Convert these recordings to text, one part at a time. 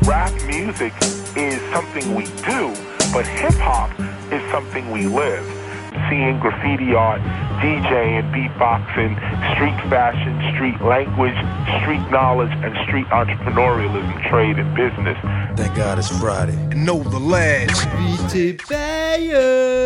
rap music is something we do, but hip-hop is something we live. Seeing graffiti art, DJing, beatboxing, street fashion, street language, street knowledge, and street entrepreneurialism, trade and business. Thank God it's Friday. And know the lads. Vi er tilbage.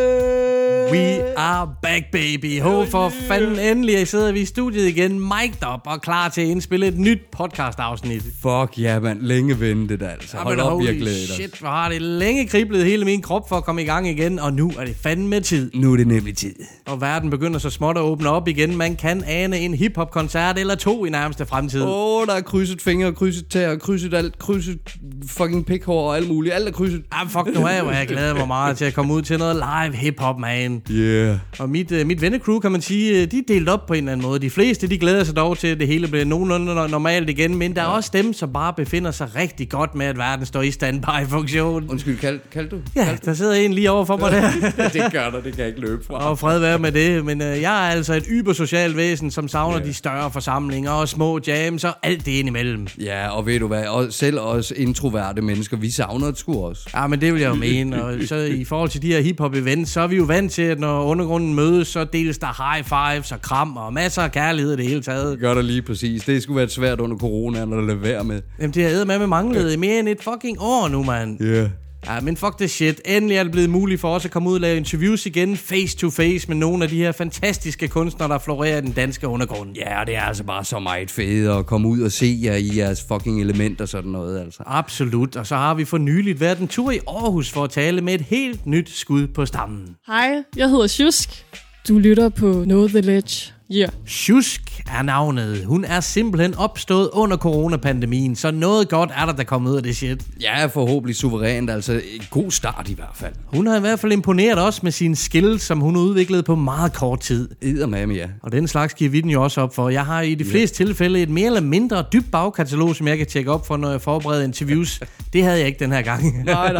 We are back, baby. For fanden, endelig sidder vi i studiet igen, mic'd up og klar til at indspille et nyt podcast-afsnit. Fuck ja, man. Længe ventet, altså. Hold op, jeg glæder dig. Shit, hvor har det længe kriblet hele min krop for at komme i gang igen, og nu er det fandme tid. Nu er det nemlig tid. Og verden begynder så småt at åbne op igen. Man kan ane en hip-hop-koncert eller to i nærmeste fremtid. Der er krydset fingre, krydset tæer, krydset alt, krydset fucking pikhår og alt muligt. Alt er krydset. Fuck, nu er jeg glæder mig meget til at komme ud til noget live hip-hop, man. Yeah. Og mit vennecrew, kan man sige, de er delt op på en eller anden måde. De fleste, de glæder sig dog til, at det hele bliver nogenlunde normalt igen, men der er også dem, som bare befinder sig rigtig godt med, at verden står i standby-funktion. Undskyld, kaldte du? Ja, der sidder en lige over for mig der. Det gør der, det kan jeg ikke løbe fra. Og fred være med det, men jeg er altså et ybersocialt væsen, som savner de større forsamlinger og små jams og alt det indimellem. Ja, og ved du hvad, og selv os introverte mennesker, vi savner det sgu også. Ja, men det vil jeg jo mene, og så i forhold til de her hiphop-events, så er vi jo vant til, at når undergrunden mødes, så deles der high fives og kram og masser af kærlighed det hele taget. Det gør der lige præcis. Det skulle være svært under corona, når det lader være med. Jamen, det har eddermame manglet i mere end et fucking år nu, mand. Yeah. Ja, men fuck det shit. Endelig er det blevet muligt for os at komme ud og lave interviews igen face to face med nogle af de her fantastiske kunstnere, der florerer i den danske undergrund. Ja, det er altså bare så meget fedt at komme ud og se jer i jeres fucking element og sådan noget, altså. Absolut, og så har vi for nyligt været en tur i Aarhus for at tale med et helt nyt skud på stammen. Hej, jeg hedder Sjusk. Du lytter på Know The Ledge. Yeah. Sjusk er navnet. Hun er simpelthen opstået under coronapandemien, så noget godt er der kommet ud af det shit. Ja, forhåbentlig suverænt, altså en god start i hvert fald. Hun har i hvert fald imponeret os med sine skills, som hun udviklede på meget kort tid. Eddermame, ja. Og den slags giver vi den jo også op for. Jeg har i de fleste tilfælde et mere eller mindre dybt bagkatalog, som jeg kan tjekke op for, når jeg forbereder interviews. Det havde jeg ikke den her gang. Nej,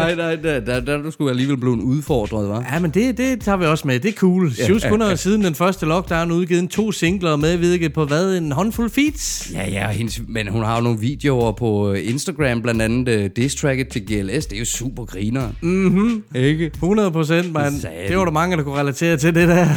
der skulle alligevel blive udfordret, hva'? Ja, men det tager vi også med. Det er cool. Sjusk, hun har siden den første lockdown udgivet 2 singler og medvirket på en håndfuld feats. Ja, men hun har jo nogle videoer på Instagram, blandt andet diss-tracket til GLS. Det er jo super griner. Ikke? 100%, mand. Det var der mange, der kunne relatere til det der.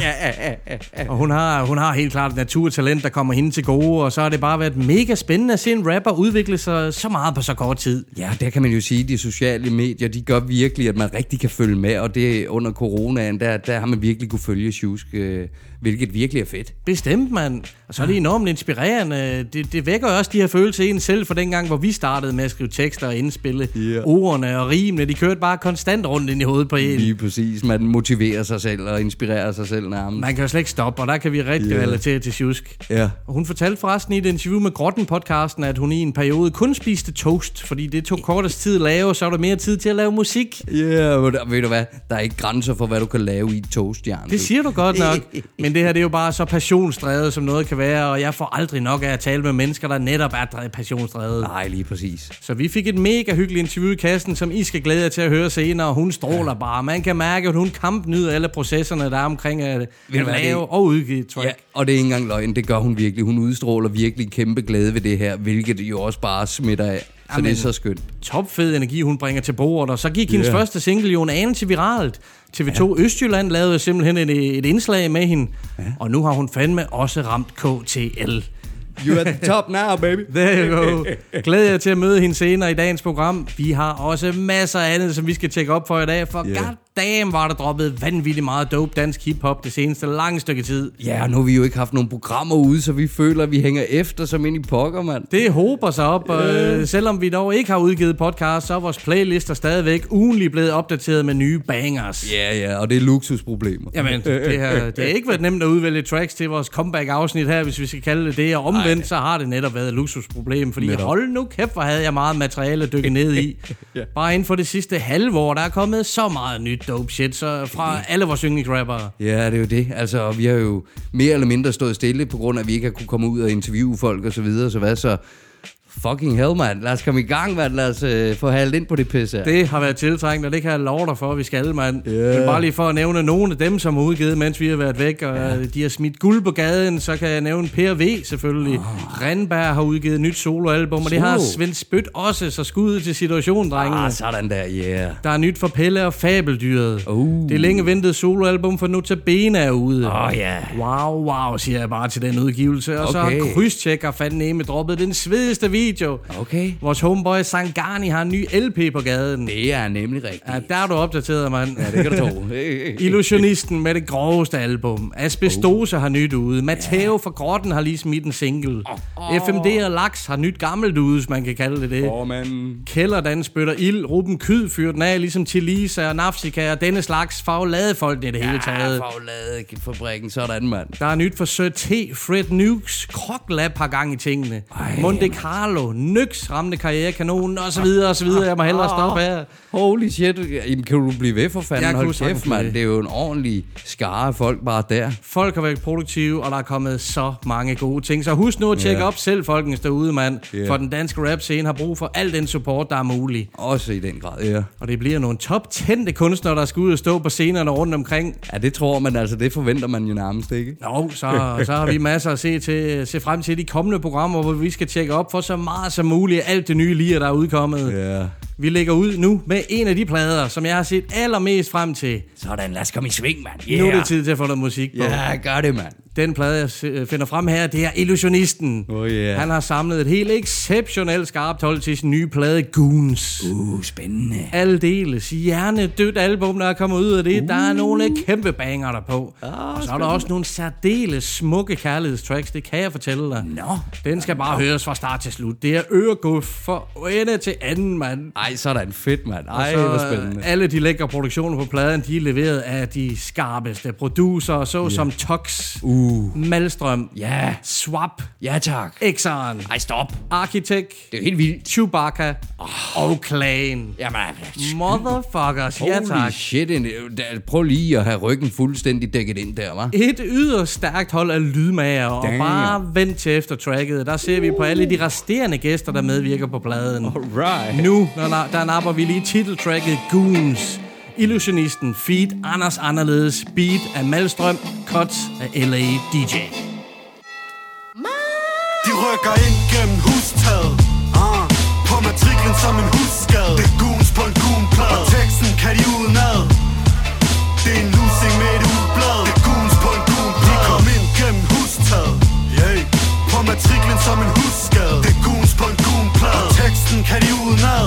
Ja. Og hun har helt klart et naturtalent, der kommer hende til gode, og så har det bare været mega spændende at se en rapper udvikle sig så meget på så kort tid. Ja, der kan man jo sige, at de sociale medier, de gør virkelig, at man rigtig kan følge med, og det under coronaen, der har man virkelig kunne følge Sjusk, hvilket virkelig er fedt. Bestemt, mand. Og så er det enormt inspirerende. Det vækker også de her følelser i en selv for dengang, hvor vi startede med at skrive tekster og indspille. Ordene og rimene, de kørte bare konstant rundt ind i hovedet på en. Lige præcis. Man motiverer sig selv og inspirerer sig selv nærmest. Man kan jo slet ikke stoppe, og der kan vi rigtig relatere til Sjusk. Ja. Og hun fortalte forresten i et interview med Grotten-podcasten, at hun i en periode kun spiste toast, fordi det tog kortest tid at lave, så var der mere tid til at lave musik. Ja, ved du hvad? Der er ikke grænser for, hvad du kan lave i et toastjern. Det siger du godt nok. Men det her, det er jo bare så passionsdrevet, som noget kan være, og jeg får aldrig nok af at tale med mennesker, der netop er passionsdrevet. Nej, lige præcis. Så vi fik et mega hyggeligt interview i kassen, som I skal glæde jer til at høre senere, og hun stråler bare. Man kan mærke, at hun kampnyder alle processerne, der er omkring at lave og udgive track. Ja, og det er ikke engang løgn, det gør hun virkelig. Hun udstråler virkelig kæmpe glæde ved det her, hvilket jo også bare smitter af. Så det er så skønt. Topfed energi, hun bringer til bordet, og så gik hendes første single jo en anelse viralt. TV2 Østjylland lavede simpelthen et indslag med hende, og nu har hun fandme også ramt KTL. You at the top now, baby. There you go. Glæder jeg til at møde hende senere i dagens program. Vi har også masser af andet, som vi skal tjekke op for i dag, for goddamn var der droppet vanvittigt meget dope dansk hiphop det seneste lange stykke tid. Ja, og nu har vi jo ikke haft nogen programmer ude, så vi føler, at vi hænger efter som ind i pokker, mand. Det hober sig op, og selvom vi dog ikke har udgivet podcast, så er vores playlister stadigvæk ugenligt blevet opdateret med nye bangers. Ja, og det er luksusproblemer. Jamen, det har ikke været nemt at udvælge tracks til vores comeback-afsnit her, hvis vi skal kalde det det, og omvendt så har det netop været et luksusproblem, fordi hold nu kæft, hvor havde jeg meget materiale at dykke ned i. Bare inden for det sidste halve år, der er kommet så meget nyt dope shit så fra alle vores yndlingsrappere. Ja, det er jo det. Altså, vi har jo mere eller mindre stået stille, på grund af, at vi ikke har kunne komme ud og interviewe folk og så videre, så hvad så? Fucking hell, mand. Lad os komme i gang, mand. Lad os få halvt ind på det pisse her. Det har været tiltrængt, og det kan jeg love dig for, at vi skal, mand. Yeah. Men bare lige for at nævne nogle af dem, som har udgivet, mens vi har været væk, og de har smidt guld på gaden, så kan jeg nævne Per V selvfølgelig. Rindberg har udgivet et nyt soloalbum, og det har Svend Spyt også, så skud til situationen, drengene. Sådan der, yeah. Der er nyt for Pelle og Fabeldyret. Det er længe ventet soloalbum for Notabene er ude. Wow, siger jeg bare til den udgivelse. Og så har Krydstjekker fandme droppet den svedigste video. Vores homeboy Sangani har en ny LP på gaden. Det er nemlig rigtigt. Ja, der er du opdateret, mand. Ja, det kan du tro. Illusionisten med det groveste album. Asbestose har nyt ude. Matteo fra Grotten har lige smidt en single. FMD og Laks har nyt gammelt ude, hvis man kan kalde det. Kælderdans spytter ild. Ruben Kyd fyrer den af, ligesom Tilisa og Nafsika og denne slags fagladefolk det hele taget. Fagladefabrikken, sådan, mand. Der er nyt for Sir T, Fred Nukes, Kroglab har gang i tingene. Monte Carlo, Nyx ramte karrierekanonen, og så videre, og så videre. Jeg må hellere stoppe her. Holy shit. Jamen, kan du blive ved for fanden? Hold kæft, mand. Det er jo en ordentlig skare af folk bare der. Folk har været produktive, og der er kommet så mange gode ting. Så husk nu at tjekke op selv, folkens derude, mand. For den danske rap-scene har brug for al den support, der er mulig. Også i den grad, ja. Og det bliver nogle top-10 kunstnere, der skal ud og stå på scenerne rundt omkring. Ja, det tror man, altså det forventer man jo nærmest, ikke? Nå, så har vi masser at se frem til de kommende programmer, hvor vi skal tjekke op for så meget som muligt alt det nye lige, der er udkommet. Ja. Vi lægger ud nu med en af de plader, som jeg har set allermest frem til. Sådan, lad os komme i sving, mand. Nu er det tid til at få noget musik på. Ja, gør det, mand. Den plade, jeg finder frem her, det er Illusionisten. Han har samlet et helt exceptionelt skarpt hold til sin nye plade, Goons. Spændende. Aldeles hjernedødt album, der er kommet ud af det. Der er nogle kæmpe banger der på. Og så er der også nogle særdeles smukke kærlighedstracks, det kan jeg fortælle dig. Den skal bare høres fra start til slut. Det er øreguf for ende til anden, mand. Ej, sådan fedt, mand. Ej, hvor spændende. Alle de lækre produktioner på pladen, de er leveret af de skarpeste producer, som Tox, Malstrøm, Swap, tak, Exxon, stop, Architect, det er helt vildt, Chewbacca og Clan. Jamen, motherfuckers, tak. Holy shit, prøv lige at have ryggen fuldstændig dækket ind der, hva'? Et yderst stærkt hold af lydmager, og bare vent til efter tracket. Der ser vi på alle de resterende gæster, der medvirker på pladen. Alright. Nu, der napper vi lige titeltracket Goons. Illusionisten, feat Anders Anderledes, beat af Malstrøm, cuts af LA DJ. De rykker ind gennem hustaget, på matriklen som en husskade. Det er goons på en goonplade, og teksten kan de udenad. Det er en losing med et ugeblad. Det er goons på en goonplade. De kom ind gennem hustaget, på matriklen som en husskade. Det er goons på en goonplade, og teksten kan de udenad.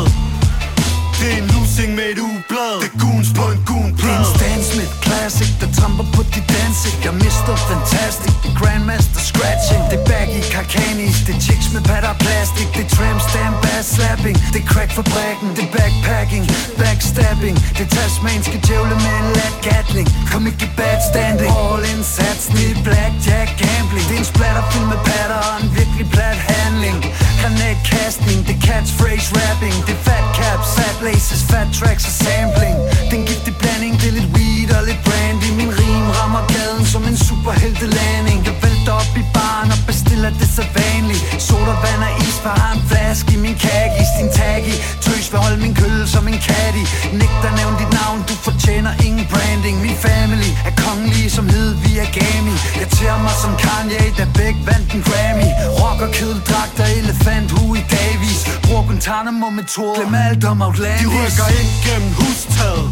Det er en losing med et ugeblad. Det er goons på en goonplade. Det er en Stan Smith classic, der tramper på dit dansik. Jeg mister fantastic, det er Grandmaster scratching. Det er baggy Carcanis, det er chicks med patter plastik. Det er tramp stamp bass slapping. Det er crack fabrikken, det er backpacking, backstabbing. Det er tasmanske djævle med en lat gatling. Kom ikke bad standing, all indsatsen i blackjack gambling. Det er en splatterfilm med patter og en virkelig plat handling. Granatkastning, det er catchphrase rapping. Det er fat caps, fat laces, fat tracks og sampling. Den giftig blanding, det er lidt weed og lidt brandy. Min rim rammer gaden som en superheltelanding. Jeg vælter op i baren og bestiller det så vanligt. Sodavand og is, for har en flaske i min kagis. Din taggy, tøs vil holde min kølle som en caddy. Nægter nævn dit navn, du fortjener ingen branding. Min family er kongelige som hed via Gami. Jeg tager mig som Kanye, da begge vandt en Grammy. Rocker, kedeldragter, elefanthue i Davies. Brug Guantanamo-metode, glem alt om Outlandis. De rykker ind gennem hustaget,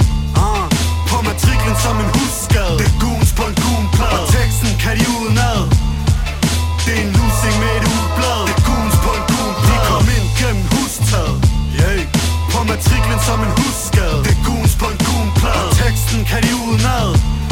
på matriklen som en husskade. Det er goons på en goonplade, og teksten kan de udenad. Det er en losing med et ugeblad. Det er goons på en goonplade. De kom ind gennem hustaget, på matriklen som en husskade. Det er goons på en goonplade, og teksten kan de udenad.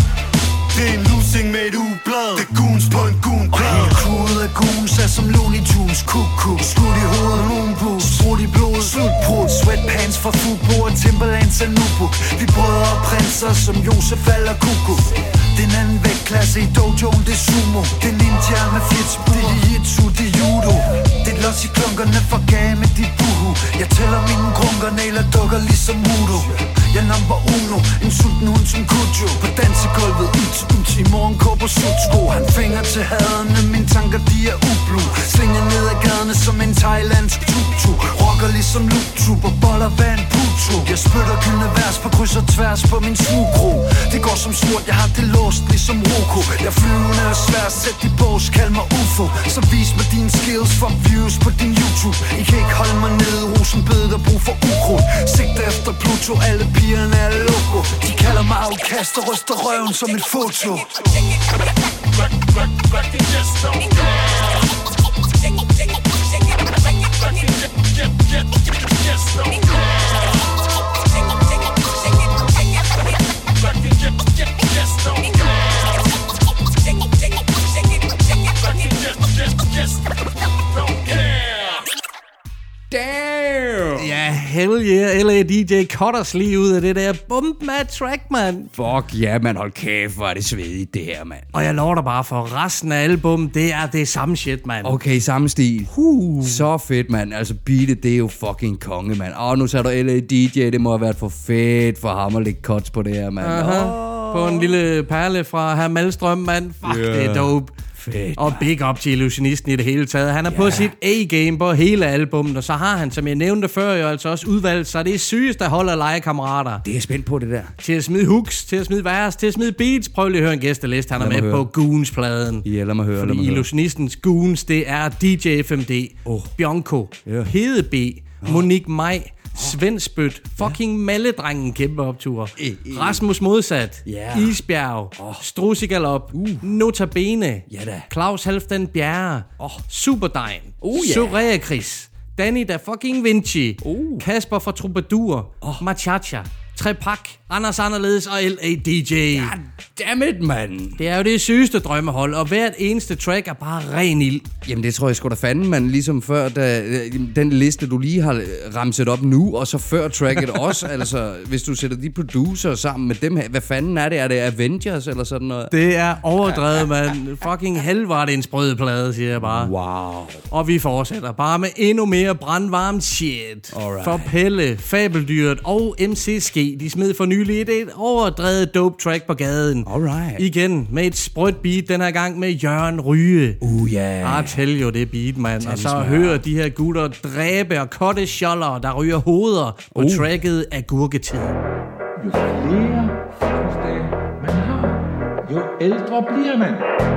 Det er en losing med et ugeblad. Det er goons på en goonplade. Og hele crewet af goons er som Looney Tunes. Kuk-kuk, skud i hovedet, moonboots, sprut i blodet, slutbrud, sweatpants fra Fubo og Timberlands og Nubuk. Vi brødre og prinser som Josef eller Kuku. Det er en anden vægtklasse i dojoen, det er sumo. Det er ninja med flitsbu, det er jiu-jitsu, det er judo. Det er los i klunkerne for gage med dit buhu. Jeg tæller mine grunkernaler, dukker ligesom Mudo. Jeg number uno, en sulten hund som Kujo. På dansegulvet, i morgenkåb og sutsko. Han finger til haderne, mine tanker de er ublu. Slinger ned ad gaderne som en thailandsk tutu. Rocker ligesom Lutup og boller vand putu. Jeg spytter gyldne vers på kryds og tværs på min smugkro. Det går som smurt, jeg har det låst ligesom Roku. Jeg flyvende og svær, sæt i bås, kald mig UFO. Så vis mig dine skills for views på din YouTube. I kan ikke holde mig nede, rosenbed der brug for ukrudt. Sigter efter Pluto, alle pigerne er loco. De kalder mig afkast og ryster røven som et foto. Damn! Ja, hell yeah, LA DJ cutters lige ud af det der bump med track, man. Fuck ja, man, hold kæft, hvor er det svedigt, det her, mand. Og jeg lover dig bare for resten af album, det er det samme shit, man. Okay, samme stil. Så fedt, mand. Altså, beatet, det er jo fucking konge, mand. Nu tager du LA DJ, det må have været for fedt for ham at lægge cuts på det her, mand. På en lille perle fra herr Malmstrøm, mand. Fuck, det er dope. Fedt, og big up til Illusionisten i det hele taget. Han er på sit A-game på hele albummet, og så har han, som jeg nævnte før, jo altså også udvalgt sig det sygeste hold af legekammerater. Det er spændt på, det der. Til at smide hooks, til at smide vers, til at smide beats. Prøv lige at høre en gæsteliste, han er med på Goons-pladen. Ja, lad mig høre. Fordi Illusionistens Goons, det er DJ FMD, Bjonko, Hede B, Monique Maj, Svendspøt, fucking Malledrengen kæmpe optur, Rasmus Modsat, Isbjerg, Strusigalop, Notabene, Claus Halfdan Bjerre, Superdegn, Soraya Chris, Danny da fucking Vinci, Kasper fra Troubadour, Machacha, Trepak, Anders Anderledes og LA DJ. Goddammit, mand. Det er jo det sygeste drømmehold, og hvert eneste track er bare ren ild. Jamen, det tror jeg sgu da fanden, man. Ligesom før, den liste, du lige har ramset op nu, og så før tracket også. Altså, hvis du sætter de producer sammen med dem her, hvad fanden er det? Er det Avengers eller sådan noget? Det er overdrevet, mand. Fucking hell var det en sprød plade, siger jeg bare. Wow. Og vi fortsætter bare med endnu mere brandvarmt shit. Alright. For Pelle, Fabeldyret og MCSG, de smed for nylig et overdrevet dope track på gaden. Alright. Igen med et sprødt beat, den her gang med Jørgen Ryge. Yeah. Tell jo det beat, mand. Og så hører de her gutter dræbe og cutte sjoller, der ryger hoveder på tracket af Gurketid. Jo flere fødselsdage man har, jo ældre bliver man.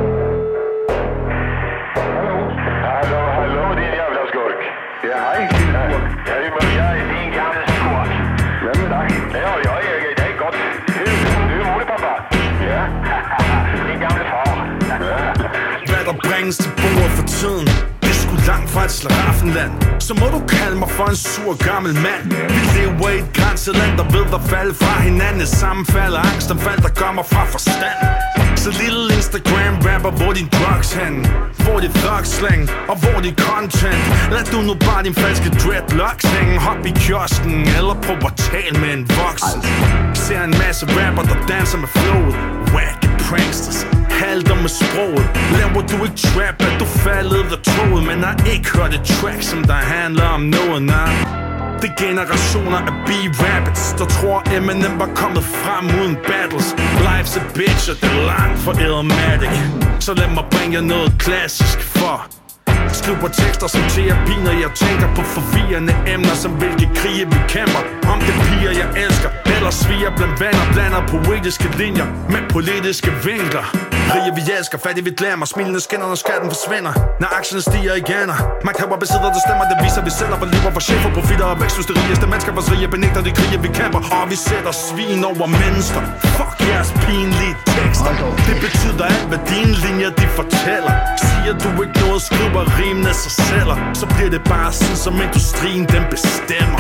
Hallo, det er jævla skurk. Ja, hej, jeg er din gamle skurk. Jamen, tak. Ja, det er godt. Du er muligpappa. Ja, din gamle far. Hvad der bringes til bordet for tiden, det er sgu langt fra et slaraffenland. Så må du kalde mig for en sur gammel mand. Vi lever i et grænseland, der ved at falde fra hinanden. Sammenfald og angst, den fald, der gør mig fra forstand. Så lille Instagram-rapper, hvor din drugs hen, hvor dit thug-slang, og hvor dit content. Lad du nu bare din falske dreadlocks hænge. Hop i kiosken, eller prøv at tale med en voksen. Ser en masse rapper, der danser med flowet. Wack pranksters, halter med sproget. Laver du ikke trap, at du faldet ved toget. Men har ikke hørt et track, som der handler om noget, nej. Det er generationer af B-rabbits, der tror Eminem var kommet frem uden battles. Life's a bitch, og det er langt for Illmatic. Så lad mig bringe jer noget klassisk for. Skriver tekster som terapi, når jeg tænker på forvirrende emner, som hvilke krige vi kæmper. Om det piger jeg elsker, eller sviger blandt venner. Blander poetiske linjer med politiske vinkler. Rige vi elsker, fattige vi glemmer. Smilende skinner, når skatten forsvinder. Når aktierne stiger igen. Magthaver besidder, der stemmer, det viser vi sælger. For liv og for chefer, profitter og vækst hos det rigeste mennesker. Vores rige benægter de krige vi kæmper. Og vi sætter svin over mennesker. Fuck jeres pinlige tekster. Det betyder alt, hvad dine linjer de fortæller. Siger du ikke noget, skriver rimene sig sælger. Så bliver det bare sådan, som industrien den bestemmer.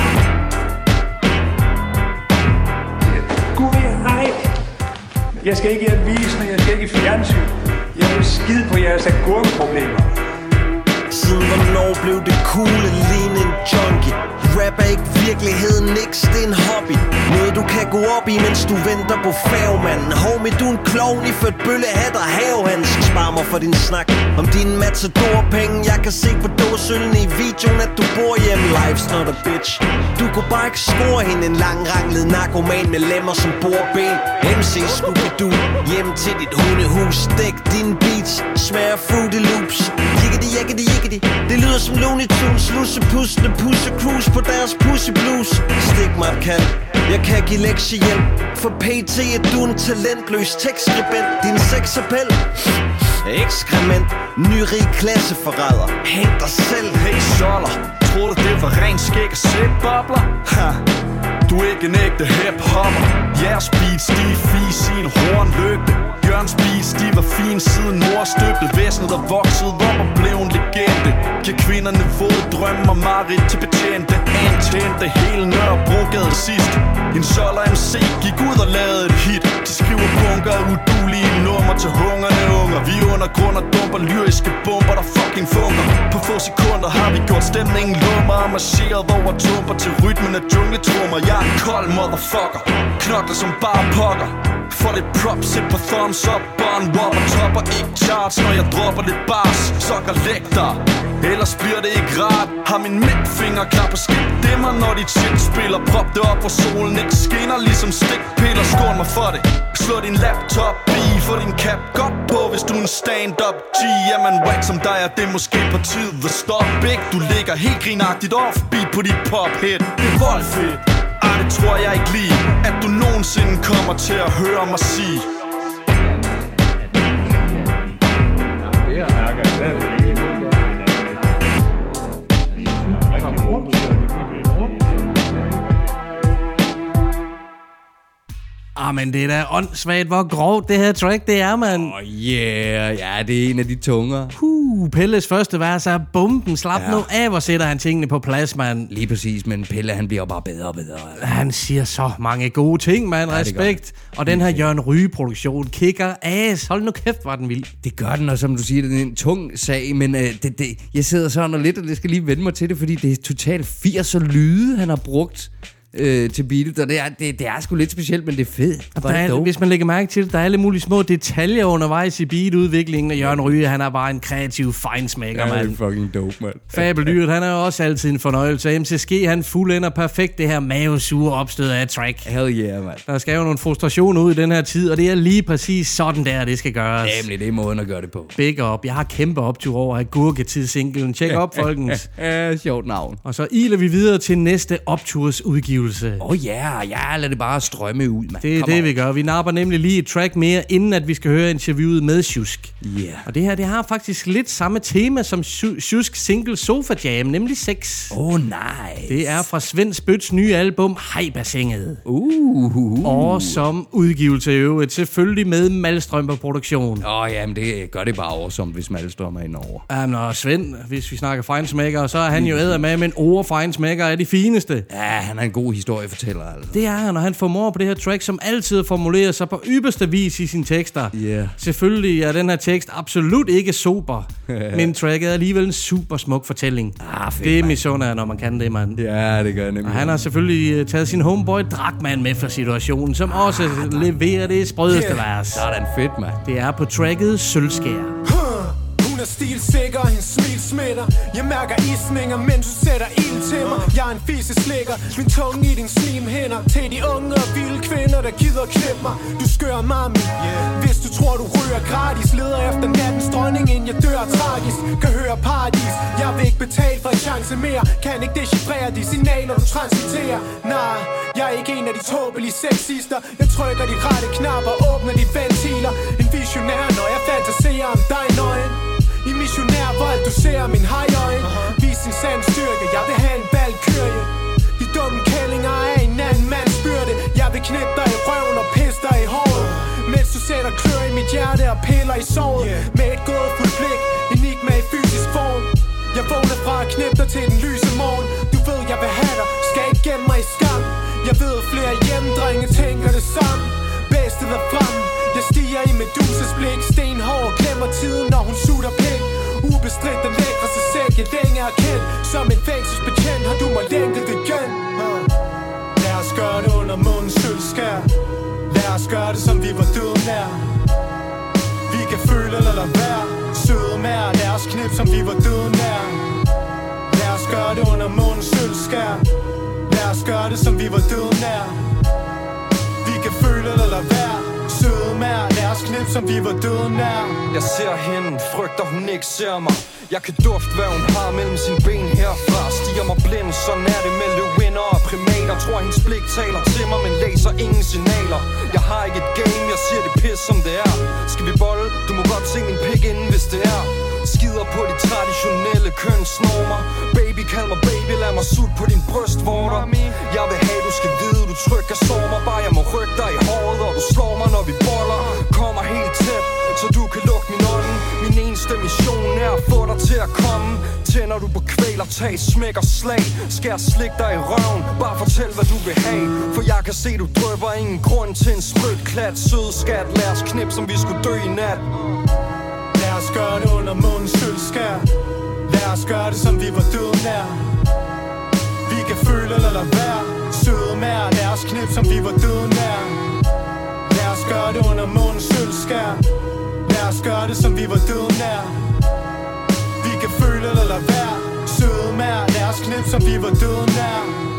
Gud, nej. Jeg skal ikke i avisen, jeg skal ikke i fjernsyn. Jeg vil skide på jeres agurkeproblemer. Siden hvornår blev det cool at ligne en junkie? Rap er ikke virkeligheden, niks, det er en hobby. Noget du kan gå op i, mens du venter på færgemanden. Homie, du er en klovn i ført bøllehat og havehandsk. Spar mig for din snak om dine matador-penge. Jeg kan se på dåsøllen i videoen, at du bor hjemme. Life's not a bitch. Du kunne bare ikke score hende, en langranglet narkoman med lemmer som bordben. MC Scooby-Doo, hjem til dit hundehus. Dæk dine beats, smager Fruity Loops. Jiggity, jiggity, jiggity. Shady. Det lyder som Looney Tunes, lussepustende pusse cruise på deres pussy blues. Stik mig et kald, jeg kan give lektiehjælp. For PT er du en talentløs tekstskribent. Din sexappel, ekskrement, nyrig klasseforræder. Hæng dig selv. Hey Soller, tror du det var ren skæg og sætbobler? Ha, du er ikke en ægte hip-hopper. Jeres beats, de er fis i en hornlygte. Jørgens beats, de var fin siden mor støbte. Væsenet der voksede op og blev en legende. Giver kvinderne våde drømme og mareridt til betjente. Antændte hele Nørrebrogade sidst. En Soller MC gik ud og lavede et hit. De skriver bunker af udulige nummer til hungrende unger. Vi undergrund og dumper lyriske bomber, der fucking funker. På få sekunder har vi gjort stemningen lummer og marcheret over tumper til rytmen af jungletrummer. Jeg er en kold motherfucker, knokler som bare pokker. For lidt props, et par thumbs up, bare en whopper. Topper ikke charts, når jeg dropper lidt bars. Sokker læg dig, ellers bliver det ikke rart. Har min midtfinger klar på skidt dimmer, når dit shit spiller. Prop det op, hvor solen ikke skinner, ligesom stikpiller. Skål mig for det, slå din laptop i. Få din cap godt på, hvis du er en stand-up G. Jamen whack som dig, er det måske på tide at stoppe, ikke? Du ligger helt grinagtigt offbeat på dit pop-hit. Det er voldfedt. Det tror jeg ikke lige, at du nogensinde kommer til at høre mig sige. Men det er da åndssvagt, hvor grovt det her track det er, mand. Ja, det er en af de tunger. Pelles første vers er bomben. Slap nu af, hvor sætter han tingene på plads, mand. Lige præcis, men Pelle, han bliver bare bedre og bedre. Han siger så mange gode ting, mand. Respekt. Og den her Jørgen Ryge-produktion kicker ass. Hold nu kæft, var den vild. Det gør den, og som du siger, det er en tung sag, men jeg sidder sådan og lidt, og det skal lige vende mig til det, fordi det er totalt 80'er lyde, han har brugt til beatet, og det er sgu lidt specielt, men det er fedt. Hvis man lægger mærke til det, der er alle mulige små detaljer undervejs i beatudviklingen, og Jørgen Ryge, han er bare en kreativ fejnsmækker, mand. Det er fucking dope, mand. Fabeldyret, han er jo også altid en fornøjelse. MCSG, han fuldender perfekt det her mavesure opstød af track. Hell yeah, mand. Der skal jo nogle frustrationer ud i den her tid, og det er lige præcis sådan der, det skal gøres. Nemlig, det er måden at gøre det på. Big up. Jeg har kæmpe optur over Agurketid-singlen. Tjek op, folkens. Sjovt navn. Og så iler vi videre til næste opturs udgivelse. Lad det bare strømme ud, mand. Det er det, vi gør. Vi napper nemlig lige et track mere, inden at vi skal høre interviewet med Sjusk. Og det her, det har faktisk lidt samme tema som Sjusk single Sofa Jam, nemlig sex. Nice. Det er fra Svend Spyts nye album, Hej-bassinet. Og som udgivelse i øvrigt, selvfølgelig med Malstrømper-produktion. Jamen det gør det bare awesome, hvis Malstrømper er indover. Jamen, og Svend, hvis vi snakker fejnsmækker, så er han jo eddermame med en ord-fejnsmækker af de fineste. Ja, han er en god historiefortæller, altså. Det er han, og han formår på det her track, som altid formulerer sig på ypperste vis i sine tekster. Selvfølgelig er den her tekst absolut ikke sober, men tracket er alligevel en super smuk fortælling. Fedt, det er misunder, når man kan det, mand. Ja, det gør jeg nemlig. Og han har selvfølgelig taget sin homeboy Drakman med for situationen, som også leverer det sprødeste vers. Sådan fedt, mand. Det er på tracket Sølvskær. Hun er stilsikker, hendes smil smitter. Jeg mærker isninger, mens du sætter ild til mig. Jeg er en fiseslikker, min tunge i din slimhænder. Til de unge og vilde kvinder, der gider klippe mig. Du skør mami, hvis du tror du ryger gratis. Leder efter nattens dronning, inden jeg dør tragisk. Kan høre paradis, jeg vil ikke betale for en chance mere. Kan ikke dechiffrere de signaler, du transmitterer. Nej, jeg er ikke en af de tåbelige sexister. Jeg trykker de rette knapper, åbner de ventiler. En visionær, når jeg fantaserer om dig nøgen. I missionærvold, du ser min hajøjen. Vis din sand styrke, jeg vil have en valgkyrje. De dumme kællinger er en anden mands byrde. Jeg vil knippe dig i røven og pisse dig i håret. Mens du sætter klør i mit hjerte og piller i såret. Med et gådefuldt blik, enigma i fysisk form. Jeg vågner fra at knippe dig til den lyse morgen. Du ved jeg vil have dig, skal ikke gemme mig i skam. Jeg ved flere hjemmedrenge tænker det samme. Bedste der frem. Jeg stiger i Medusas blik, stenhård, glemmer tiden, når hun sutter pæk. Ubestridt den lækreste sæk, jeg længe er kendt. Som en fængselsbetjent har du mig længtet igen. Lad os gøre det under mundens sølvskær. Lad os gøre det, som vi var døde nær. Vi kan føle eller lade være. Søde mær, lad os knip, som vi var døde nær. Lad os gøre det under mundens sølvskær. Lad os gøre det, som vi var døde nær. Vi kan føle eller lade være. Søde mær, lad os knip, som vi var døde nær. Jeg ser hende, frygter hun ikke ser mig. Jeg kan dufte, hvad hun har mellem sine ben herfra. Stiger mig blind, sådan er det med løvinder og primater. Tror hendes blik taler til mig, men læser ingen signaler. Jeg har ikke et game, jeg siger det pis som det er. Skal vi bolle? Du må godt se min pik inden, hvis det er. Skider på de traditionelle kønsnormer. Baby, kald mig baby, lad mig sutte på din brystvorter. Jeg vil have, du skal vide, du trykker sår mig. Bare jeg må rykke dig i håret, og du slår mig, når vi boller. Kommer helt tæt, så du kan lukke min ånden. Min eneste mission er at få dig til at komme. Tænder du på kvæler, tag, smæk og slag. Skal jeg slikke dig i røven, bare fortæl hvad du vil have. For jeg kan se du drøber, ingen grund til en spytklat. Sød skat, lad os knip som vi skulle dø i nat. Lad os gøre det under mundens sølvskær. Lad os gøre det som vi var døde nær. Vi kan føle eller lade være. Søde mær, lad os knip som vi var døde nær. Lad os gøre det under mundens sølvskær. Lad os gøre det som vi var døde nær. Vi kan føle eller lade være. Søde mær, lad os knip som vi var døde nær.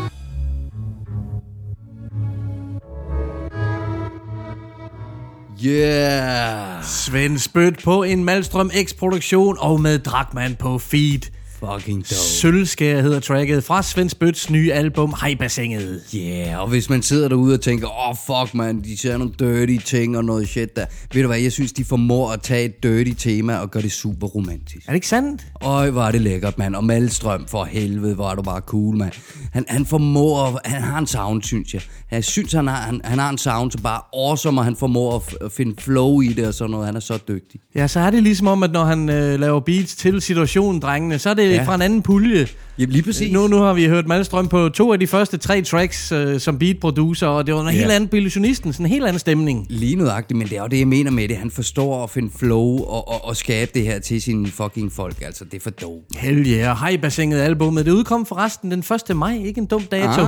Yeah! Svend Spyt på en Malmstrøm X-produktion og med Drachmann på feed. Fucking dope. Sølvskær hedder tracket fra Svend Spyts nye album Hej-bassinet. Yeah, og hvis man sidder derude og tænker, fuck man, de ser nogle dirty ting og noget shit der. Ved du hvad, jeg synes, de formår at tage et dirty tema og gøre det super romantisk. Er det ikke sandt? Øj, hvor er det lækkert, mand. Og Malmstrøm, for helvede, hvor er du bare cool, mand. Han formår, han har en sound, synes jeg. Jeg synes, han har en sound, så bare awesome, og han formår at finde flow i det og sådan noget. Han er så dygtig. Ja, så er det ligesom om, at når han laver beats til situationen, drengene, så er det fra en anden pulje. Ja, lige præcis. Nu har vi hørt Malmstrøm på 2 af de første 3 tracks som beatproducer, og det var en helt anden på Illusionisten, sådan en helt anden stemning. Lige nøjagtigt, men det er jo det, jeg mener med det. Han forstår at finde flow og skabe det her til sine fucking folk. Altså, det er for dope. Hell yeah. Hej-bassinet albumet. Det udkom forresten den 1. maj. Ikke en dum dato.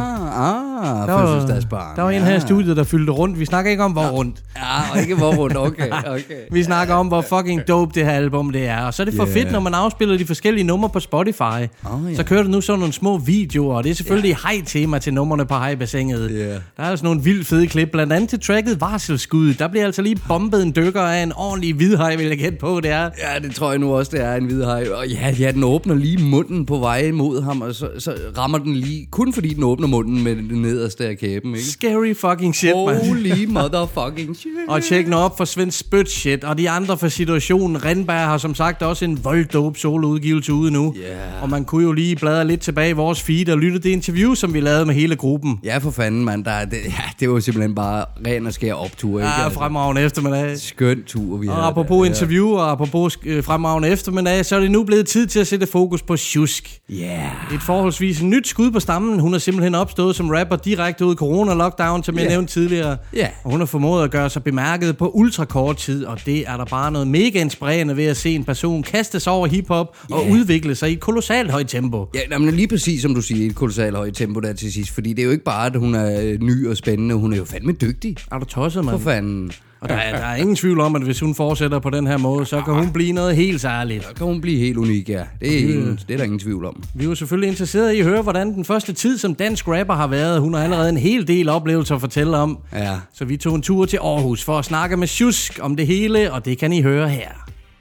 Fødselsdagsbarn. Der var en her i studiet, der fyldte rundt. Vi snakker ikke om, hvor rundt. Ja, og ikke hvor rundt. Okay. Vi snakker om, hvor fucking dope det her album det er. Og så er det for fedt, når man afspiller de forskellige numre på Spotify. Så kører det nu sådan nogle små videoer, og det er selvfølgelig hej-tema til numrene på Hej-bassinet. Der er altså nogle vildt fede klip, blandt andet til tracket Varselskud. Der bliver altså lige bombet en dykker af en ordentlig hvidhaj, vil jeg gætte på, det er. Ja, det tror jeg nu også, det er en hvidhaj. Og ja, den åbner lige munden på vej mod ham, og så rammer den lige, kun fordi den åbner munden med den nederste af kæben, ikke? Scary fucking shit, man. Holy motherfucking shit. Og tjek nu op for Svend Spyt shit, og de andre for situationen. Rindberg har som sagt også en volddope soloudgivelse ude nu. Og man kunne jo lige bladre lidt tilbage i vores feed og lytte det interview, som vi lavede med hele gruppen. Ja, for fanden, mand. Det var simpelthen bare ren og skær optur, ikke? Ja, fremragende eftermiddag. Skøn tur, vi havde. Og apropos interview og apropos fremragende eftermiddag, så er det nu blevet tid til at sætte fokus på Sjusk. Et forholdsvis nyt skud på stammen. Hun er simpelthen opstået som rapper direkte ud i corona-lockdown, som jeg nævnte tidligere. Og hun har formået at gøre sig bemærket på ultrakort tid, og det er der bare noget mega inspirerende ved at se en person kaste sig over hiphop og udvikle sig i et kolossalt højt tempo. Ja, men lige præcis som du siger, et kolossalt højt tempo der til sidst, fordi det er jo ikke bare, at hun er ny og spændende, hun er jo fandme dygtig. Er du tosset, mand? For fanden. Og der er ingen tvivl om, at hvis hun fortsætter på den her måde, så kan hun blive noget helt særligt. Så kan hun blive helt unik, ja. Det er der ingen tvivl om. Vi er jo selvfølgelig interesserede i at høre, hvordan den første tid som dansk rapper har været. Hun har allerede en hel del oplevelser at fortælle om. Så vi tog en tur til Aarhus for at snakke med Sjusk om det hele, og det kan I høre her.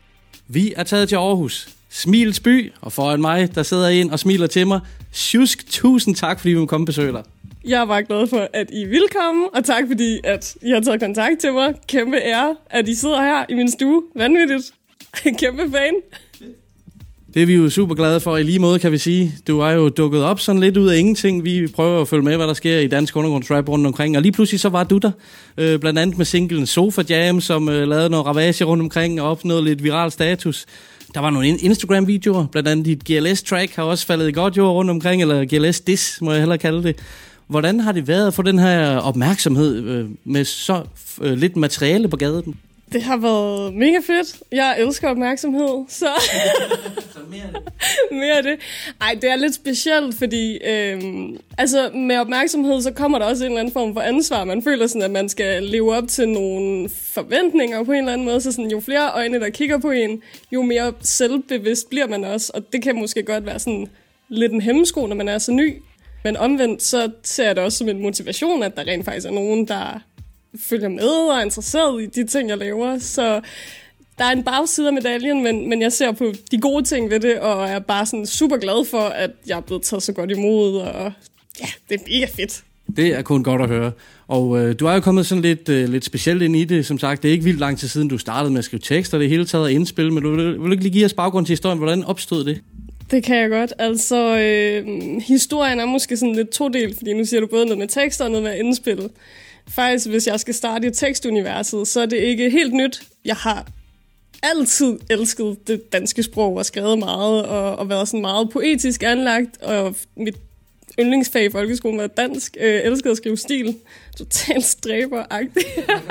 Vi er taget til Aarhus. Smils by, og foran mig, der sidder en og smiler til mig. Sjusk, tusind tak, fordi vi må komme og besøge dig. Jeg er bare glad for, at I vil komme, og tak fordi, at I har taget kontakt til mig. Kæmpe ære, at I sidder her i min stue. Vanvittigt. Kæmpe fan. Det er vi jo super glade for i lige måde, kan vi sige. Du er jo dukket op sådan lidt ud af ingenting. Vi prøver at følge med, hvad der sker i dansk undergrundsrap rundt omkring. Og lige pludselig så var du der, blandt andet med singlen Sofa Jam, som lavede noget ravage rundt omkring og opnåede lidt viral status. Der var nogle Instagram-videoer, blandt andet dit GLS-track har også faldet i godt jord rundt omkring, eller GLS-diss, må jeg hellere kalde det. Hvordan har det været at få den her opmærksomhed med så lidt materiale på gaden? Det har været mega fedt. Jeg elsker opmærksomhed, så mere af det. Ej, det er lidt specielt, fordi altså med opmærksomhed, så kommer der også en eller anden form for ansvar. Man føler sådan, at man skal leve op til nogle forventninger på en eller anden måde. Så sådan, jo flere øjne, der kigger på en, jo mere selvbevidst bliver man også. Og det kan måske godt være sådan lidt en hæmmesko, når man er så ny. Men omvendt, så ser jeg det også som en motivation, at der rent faktisk er nogen, der følger med og er interesseret i de ting, jeg laver. Så der er en bagside af medaljen, men jeg ser på de gode ting ved det, og er bare sådan super glad for, at jeg er blevet taget så godt imod, og ja, det er mega fedt. Det er kun godt at høre. Og du er jo kommet sådan lidt specielt ind i det, som sagt. Det er ikke vildt lang tid siden, du startede med at skrive tekster, det hele taget er indspil, men du vil ikke lige give os baggrund til historien, hvordan opstod det? Det kan jeg godt. Altså, historien er måske sådan lidt todelt, fordi nu siger du både noget med tekster og noget med indspil. Faktisk, hvis jeg skal starte i tekstuniverset, så er det ikke helt nyt. Jeg har altid elsket det danske sprog og skrevet meget og været sådan meget poetisk anlagt, og mit yndlingsfag i folkeskolen var dansk. Elskede at skrive stil. Totalt stræberagtigt.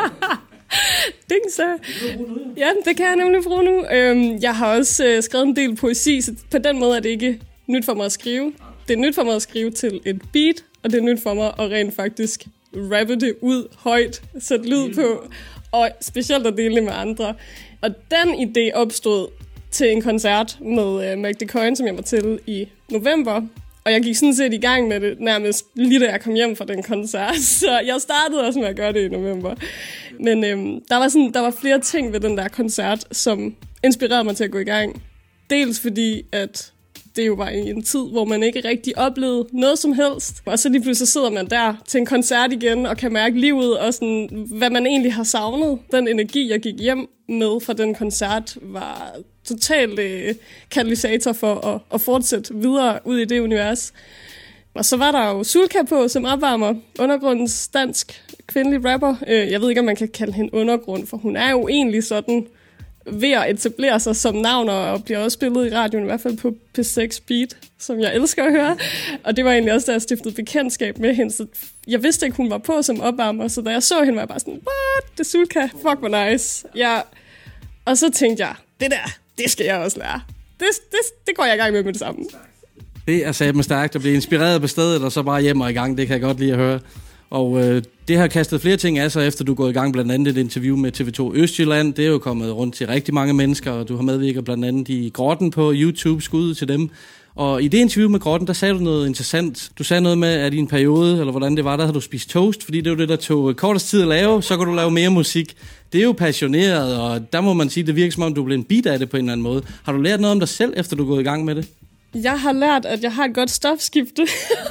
Ja, det kan jeg nemlig bruge nu. Jeg har også skrevet en del poesi, så på den måde er det ikke nyt for mig at skrive. Det er nyt for mig at skrive til et beat, og det er nyt for mig at rent faktisk rappe det ud højt, sætte lyd på, og specielt at dele det med andre. Og den idé opstod til en koncert med Magde Coyne, som jeg var til i november. Og jeg gik sådan set i gang med det nærmest lige da jeg kom hjem fra den koncert. Så jeg startede også med at gøre det i november. Men der var flere ting ved den der koncert, som inspirerede mig til at gå i gang. Dels fordi, at det jo var i en tid, hvor man ikke rigtig oplevede noget som helst. Og så lige pludselig sidder man der til en koncert igen og kan mærke livet og sådan, hvad man egentlig har savnet. Den energi, jeg gik hjem med fra den koncert, var totalt katalysator for at fortsætte videre ud i det univers. Og så var der jo Sulka på som opvarmer, undergrundens dansk kvindelig rapper. Jeg ved ikke, om man kan kalde hende undergrund, for hun er jo egentlig sådan ved at etablere sig som navn, og bliver også spillet i radioen, i hvert fald på P6 Beat, som jeg elsker at høre. Og det var egentlig også, da jeg stiftede bekendtskab med hende, så jeg vidste ikke, hun var på som opvarmer, så da jeg så hende, var jeg bare sådan, what? Det er Sulka, fuck hvor nice. Ja. Og så tænkte jeg, det skal jeg også lære. Det går jeg i gang med det samme. Det er satme stærkt at blive inspireret på stedet, og så bare hjem og i gang. Det kan jeg godt lide at høre. Og det har kastet flere ting af sig, efter du er gået i gang, blandt andet et interview med TV2 Østjylland. Det er jo kommet rundt til rigtig mange mennesker, og du har medvirket blandt andet i Grotten på YouTube, skud til dem. Og i det interview med Grotten, der sagde du noget interessant. Du sagde noget med, at i en periode, eller hvordan det var, der havde du spist toast, fordi det er jo det, der tog kortest tid at lave, så kan du lave mere musik. Det er jo passioneret, og der må man sige, det virker som om, du blev en bit af det på en eller anden måde. Har du lært noget om dig selv, efter du er gået i gang med det? Jeg har lært, at jeg har et godt stofskifte.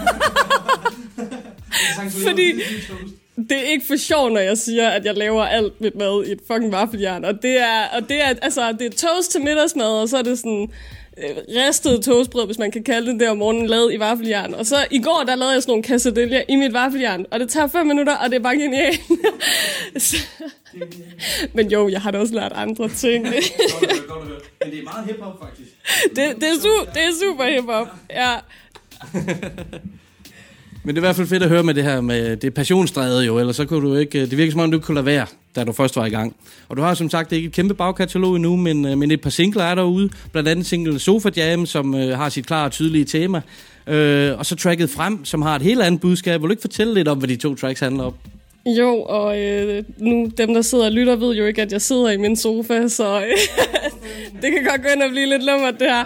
Fordi det er ikke for sjov, når jeg siger, at jeg laver alt mit mad i et fucking vaffeljern. Og det er toast til middagsmad, og så er det sådan ristet toastbrød, hvis man kan kalde det, om morgenen lavet i vaffeljern. Og så i går, der lavede jeg sådan nogle quesadilla i mit vaffeljern, og det tager 5 minutter, og det er bare genialt. Men jo, jeg har da også lært andre ting. Men det er meget hiphop, faktisk. Det er super hiphop, ja. Men det er i hvert fald fedt at høre med det her med det passionsdrevet jo, ellers så kunne du ikke, det virker som om du ikke kunne lade være, da du først var i gang. Og du har som sagt ikke et kæmpe bagkatalog endnu, men et par singler er derude, blandt andet singlen Sofa Jam, som har sit klare og tydelige tema, og så tracket Frem, som har et helt andet budskab. Vil du ikke fortælle lidt om, hvad de 2 tracks handler om? Jo, og nu dem, der sidder og lytter, ved jo ikke, at jeg sidder i min sofa, så det kan godt gå ind og blive lidt lummert, det her.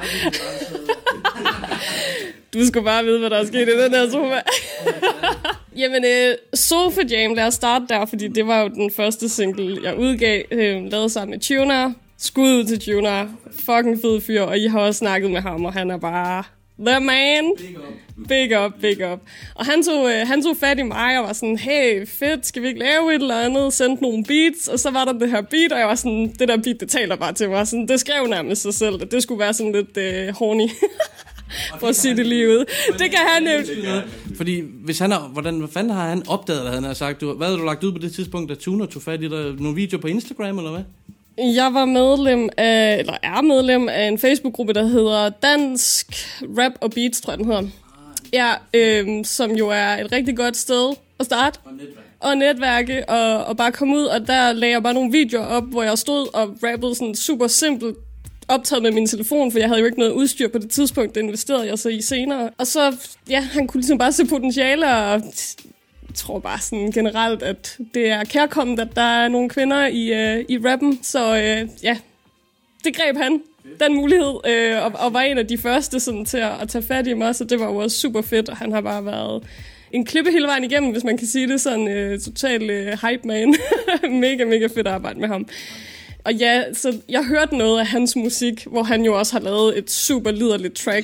Du skulle bare vide, hvad der er sket i den her sofa. Jamen, Sofa Jam, lad os starte der, fordi det var jo den første single, jeg udgav, lavet sammen med Tuner. Skud ud til Tuner. Fucking fed fyr, og I har også snakket med ham, og han er bare the man. Big up. Og han tog fat i mig og var sådan, hey, fedt, skal vi ikke lave et eller andet? Sendte nogle beats, og så var der det her beat, og jeg var sådan, det der beat, det taler bare til mig. Sådan, det skrev nærmest sig selv, det skulle være sådan lidt horny. For at sige det lige ud. Det kan han jo. Fordi hvis han hvad fanden har han opdaget, at han har sagt? Hvad havde du lagt ud på det tidspunkt, da Tuner tog fat i dig? Nogle videoer på Instagram, eller hvad? Jeg var er medlem af en Facebook-gruppe, der hedder Dansk Rap og Beats, tror jeg, den hedder. Ja, som jo er et rigtig godt sted at starte. Og netværke, og bare komme ud, og der lagde jeg bare nogle videoer op, hvor jeg stod og rappede sådan super simpelt, optaget med min telefon, for jeg havde jo ikke noget udstyr på det tidspunkt, det investerede jeg så i senere. Og så, ja, han kunne ligesom bare se potentiale, og jeg tror bare sådan generelt, at det er kærkomment, at der er nogle kvinder i rappen, så ja, det greb han, den mulighed, og var en af de første sådan, til at tage fat i mig, så det var jo også super fedt, og han har bare været en klippe hele vejen igennem, hvis man kan sige det, sådan total hype man. Mega, mega fedt at arbejde med ham. Og ja, så jeg hørte noget af hans musik, hvor han jo også har lavet et super liderligt track.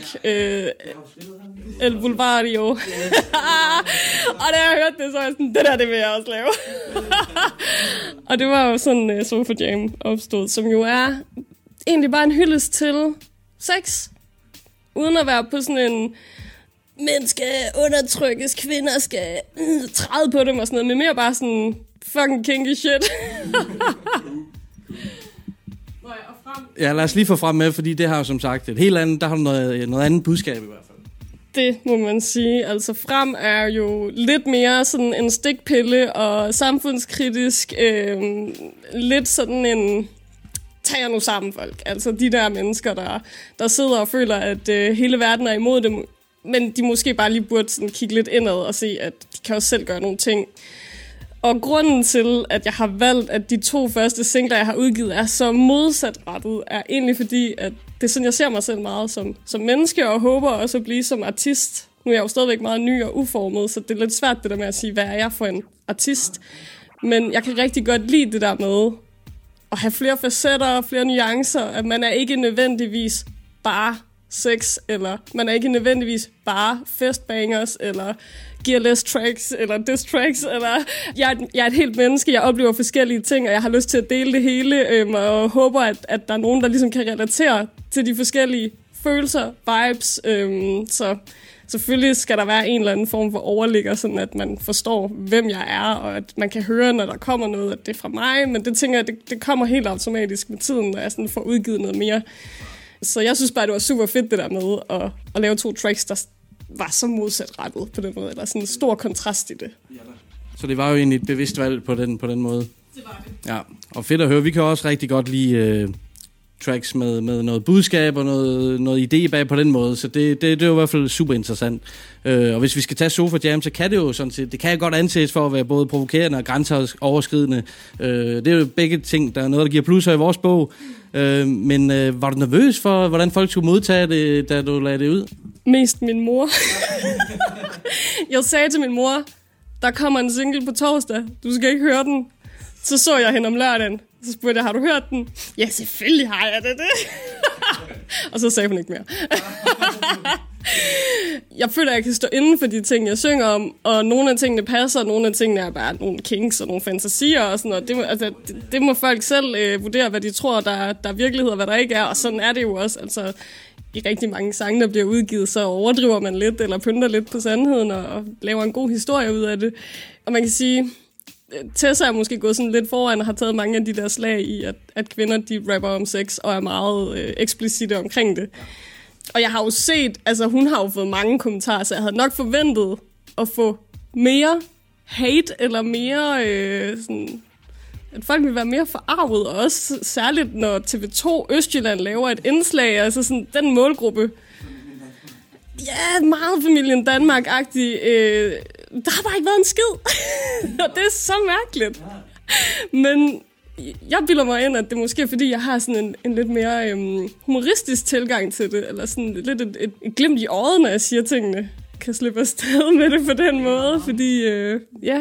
El Bulvario. Og da jeg hørte det, så var jeg sådan, det vil jeg også lave. Og det var jo sådan Sofa Jam opstod, som jo er egentlig bare en hyldest til sex. Uden at være på sådan en, mænd skal undertrykkes, kvinder skal træde på dem og sådan noget, men mere bare sådan fucking kinky shit. Ja, lad os lige få frem med, fordi det har jo som sagt et helt andet, der har noget andet budskab i hvert fald. Det må man sige. Altså Frem er jo lidt mere sådan en stikpille og samfundskritisk. Lidt sådan en tag jer nu sammen folk. Altså de der mennesker, der sidder og føler, at hele verden er imod dem. Men de måske bare lige burde sådan kigge lidt indad og se, at de kan også selv gøre nogle ting. Og grunden til, at jeg har valgt, at de 2 første singler, jeg har udgivet, er så modsatrettet, er egentlig fordi, at det er sådan, jeg ser mig selv meget som menneske, og håber også at blive som artist. Nu er jeg jo stadigvæk meget ny og uformet, så det er lidt svært det der med at sige, hvad er jeg for en artist. Men jeg kan rigtig godt lide det der med at have flere facetter, flere nuancer, at man er ikke nødvendigvis bare sex, eller man er ikke nødvendigvis bare festbangers, eller gearless tracks, eller diss tracks, eller jeg er et helt menneske, jeg oplever forskellige ting, og jeg har lyst til at dele det hele, og håber, at der er nogen, der ligesom kan relatere til de forskellige følelser, vibes, så selvfølgelig skal der være en eller anden form for overligger, sådan at man forstår, hvem jeg er, og at man kan høre, når der kommer noget, at det er fra mig, men det tænker jeg, det kommer helt automatisk med tiden, når jeg sådan får udgivet noget mere. Så jeg synes bare, det var super fedt det der med at lave 2 tracks, der var så modsatrettet på den måde, eller sådan en stor kontrast i det. Så det var jo egentlig et bevidst valg på den måde. Det var det. Ja, og fedt at høre. Vi kan også rigtig godt lide tracks med noget budskab og noget idé bag på den måde, så det er jo i hvert fald super interessant. Og hvis vi skal tage Sofa Jam, så kan det jo sådan set, det kan godt anses for at være både provokerende og grænseoverskridende. Det er jo begge ting, der er noget, der giver plusser i vores bog. Men var du nervøs for, hvordan folk skulle modtage det, da du lagde det ud? Mest min mor. Jeg sagde til min mor, der kommer en single på torsdag, du skal ikke høre den. Så jeg hende om lørdagen. Så spurgte jeg, har du hørt den? Ja, selvfølgelig har jeg det. Og så sagde hun ikke mere. Jeg føler, at jeg kan stå inden for de ting, jeg synger om, og nogle af tingene passer, og nogle af tingene er bare nogle kinks og nogle fantasier og sådan noget. Det må folk selv vurdere, hvad de tror, der er virkelighed og hvad der ikke er, og sådan er det jo også. Altså, i rigtig mange sange, der bliver udgivet, så overdriver man lidt, eller pynter lidt på sandheden, og laver en god historie ud af det. Og man kan sige, Tessa er måske gået sådan lidt foran og har taget mange af de der slag i, at kvinder de rapper om sex og er meget eksplicite omkring det. Og jeg har jo set, altså hun har jo fået mange kommentarer, så jeg havde nok forventet at få mere hate, eller mere sådan, at folk vil være mere forarvet, og også særligt når TV2 Østjylland laver et indslag, altså sådan den målgruppe. Ja, meget Familien Danmark-agtig. Der har bare ikke været en skid. Og det er så mærkeligt. Men jeg bilder mig ind, at det måske er, fordi jeg har sådan en lidt mere humoristisk tilgang til det, eller sådan lidt et glimt i øjet, når jeg siger tingene. Kan slippe afsted med det på den måde, fordi ja.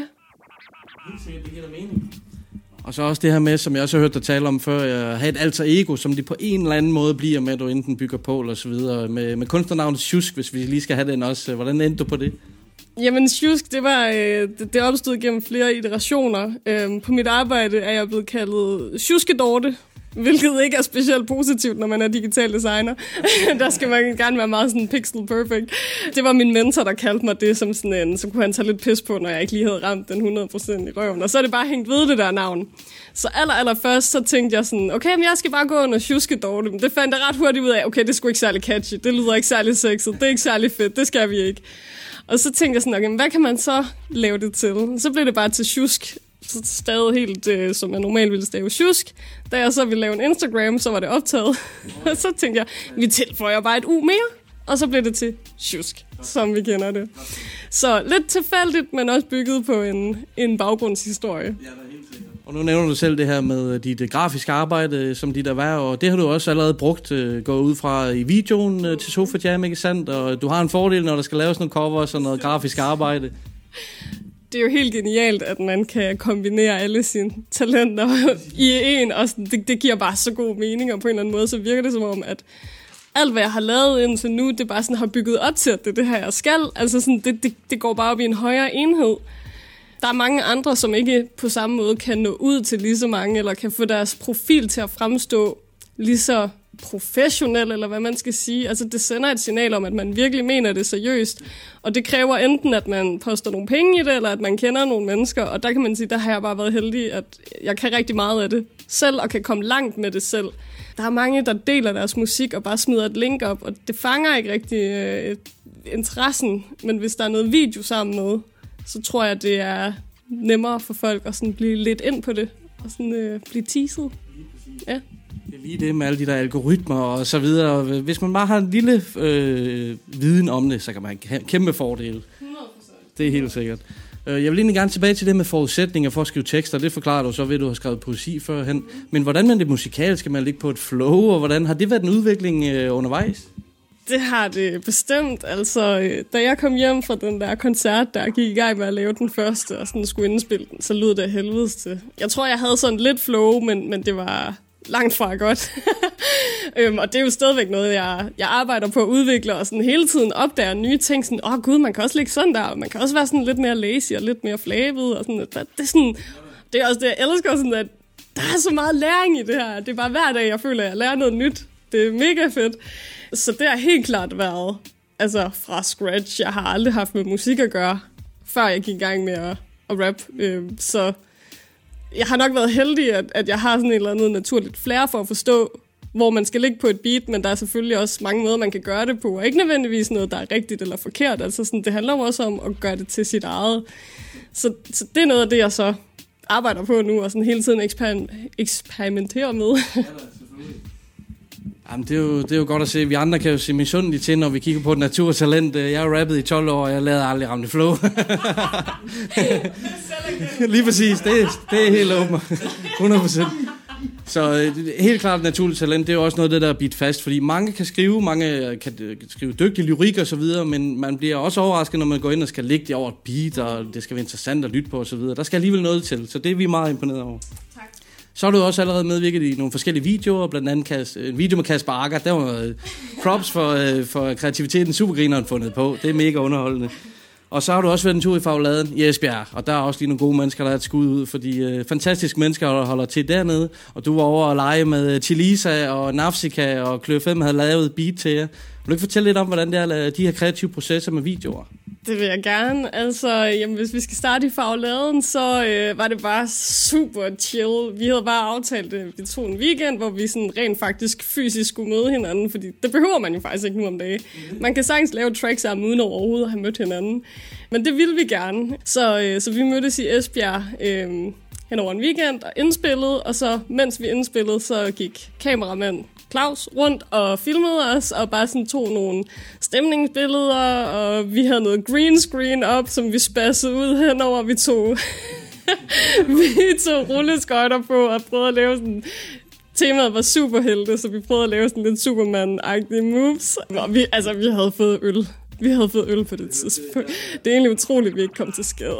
Og så også det her med, som jeg også har hørt dig tale om før, at have et alter ego, som de på en eller anden måde bliver med, at du enten bygger på, eller så videre. Med kunstnernavnet Sjusk, hvis vi lige skal have den også. Hvordan endte du på det? Jamen, Sjusk, det opstod gennem flere iterationer. På mit arbejde er jeg blevet kaldet Sjuskedorte, hvilket ikke er specielt positivt, når man er digital designer. Der skal man gerne være meget sådan pixel perfect. Det var min mentor, der kaldte mig det som sådan en, så kunne han tage lidt pis på, når jeg ikke lige havde ramt den 100% i røven. Og så er det bare hængt ved det der navn. Så allerførst så tænkte jeg sådan, okay, men jeg skal bare gå under Sjuskedorte. Men det fandt jeg ret hurtigt ud af, okay, det er sgu ikke særlig catchy. Det lyder ikke særlig sexet. Det er ikke særlig fedt. Det skal vi ikke. Og så tænkte jeg sådan, okay, hvad kan man så lave det til? Så blev det bare til Sjusk. Så stadig helt, som jeg normalt ville stave Sjusk. Da jeg så ville lave en Instagram, så var det optaget. Og så tænkte jeg, vi tilføjer bare et U mere. Og så blev det til Sjusk, som vi kender det. Så lidt tilfældigt, men også bygget på en baggrundshistorie. Og nu nævner du selv det her med dit grafiske arbejde som dit erhverv, og det har du også allerede brugt, gået ud fra i videoen til Sofa Jam, ikke sandt? Og du har en fordel, når der skal laves nogle covers og noget grafisk arbejde. Det er jo helt genialt, at man kan kombinere alle sine talenter i en, og det giver bare så god mening, og på en eller anden måde, så virker det som om, at alt, hvad jeg har lavet indtil nu, det bare sådan har bygget op til, at det er det her, jeg skal. Altså sådan, det går bare op i en højere enhed. Der er mange andre, som ikke på samme måde kan nå ud til lige så mange, eller kan få deres profil til at fremstå lige så professionel, eller hvad man skal sige. Altså, det sender et signal om, at man virkelig mener det seriøst. Og det kræver enten, at man poster nogle penge i det, eller at man kender nogle mennesker. Og der kan man sige, der har jeg bare været heldig, at jeg kan rigtig meget af det selv, og kan komme langt med det selv. Der er mange, der deler deres musik og bare smider et link op, og det fanger ikke rigtig interessen. Men hvis der er noget video sammen med, så tror jeg, det er nemmere for folk at sådan blive lidt ind på det, og sådan blive teaset. Ja. Det er lige det med alle de der algoritmer og så videre. Hvis man bare har en lille viden om det, så kan man have kæmpe fordele. 100%. Det er helt sikkert. Jeg vil egentlig gerne tilbage til det med forudsætninger for at skrive tekster. Det forklarer du så ved, at du har skrevet poesi førhen. Men hvordan med det musikalske, skal man ligge på et flow, og hvordan har det været en udvikling undervejs? Det har det bestemt. Altså, da jeg kom hjem fra den der koncert, der gik i gang med at lave den første, og sådan skulle indspille den, så lød det helvedes til. Jeg tror, jeg havde sådan lidt flow, men det var langt fra godt. Og det er jo stadigvæk noget, jeg arbejder på at udvikle, og sådan hele tiden opdager nye ting. Sådan, gud, man kan også ligge sådan der, og man kan også være sådan lidt mere lazy og lidt mere flabet. Og sådan, det er også det, jeg elsker, sådan, at der er så meget læring i det her. Det er bare hver dag, jeg føler, at jeg lærer noget nyt. Det er mega fedt. Så det har helt klart været fra scratch. Jeg har aldrig haft med musik at gøre, før jeg gik i gang med at rap. Så jeg har nok været heldig, at jeg har sådan et eller andet naturligt flair for at forstå, hvor man skal ligge på et beat, men der er selvfølgelig også mange måder, man kan gøre det på, og ikke nødvendigvis noget, der er rigtigt eller forkert. Altså sådan, det handler også om at gøre det til sit eget. Så det er noget af det, jeg så arbejder på nu, og sådan hele tiden eksperimenterer med. Jamen, det er jo godt at se. Vi andre kan jo se misundelige til, når vi kigger på et naturtalent. Jeg har rappet i 12 år, og jeg lavede aldrig ramme flow. Lige præcis. Det er helt åbent. 100%. Så helt klart naturligt talent, det er jo også noget af det, der er bidt fast, fordi mange kan skrive dygtig lyrik og så videre, men man bliver også overrasket, når man går ind og skal ligge det over et beat, og det skal være interessant at lytte på og så videre. Der skal alligevel noget til, så det er vi meget imponeret over. Tak. Så har du også allerede medvirket i nogle forskellige videoer, blandt andet en video med Kasper Akker. Der var props for kreativiteten, supergrineren fundet på. Det er mega underholdende. Og så har du også været en tur i Fagladen i Esbjerg, og der er også lige nogle gode mennesker, der er et skud ud, fordi fantastiske mennesker, der holder til dernede. Og du var over at lege med Chilisa og Nafsika, og Klø 5 havde lavet et beat til jer. Vil du ikke fortælle lidt om, hvordan det er de her kreative processer med videoer? Det vil jeg gerne. Altså, hvis vi skal starte i Fagladen, så var det bare super chill. Vi havde bare aftalt det. Vi tog en weekend, hvor vi sådan rent faktisk fysisk skulle møde hinanden, fordi det behøver man jo faktisk ikke nu om dagen. Man kan sagtens lave tracks sammen, uden overhovedet at have mødt hinanden. Men det ville vi gerne. Så vi mødtes i Esbjerg hen over en weekend og indspillede, og så mens vi indspillede, så gik kameramand Claus rundt og filmede os, og bare sådan tog nogle stemningsbilleder, og vi havde noget green screen op, som vi spassede ud henover. Vi tog rulleskøjter på og prøvede at lave sådan... Temaet var superhelte, så vi prøvede at lave sådan lidt Superman-agtige moves. Og vi havde fået øl. Vi havde fået øl på det tidspunkt. Det er egentlig utroligt, at vi ikke kom til skade.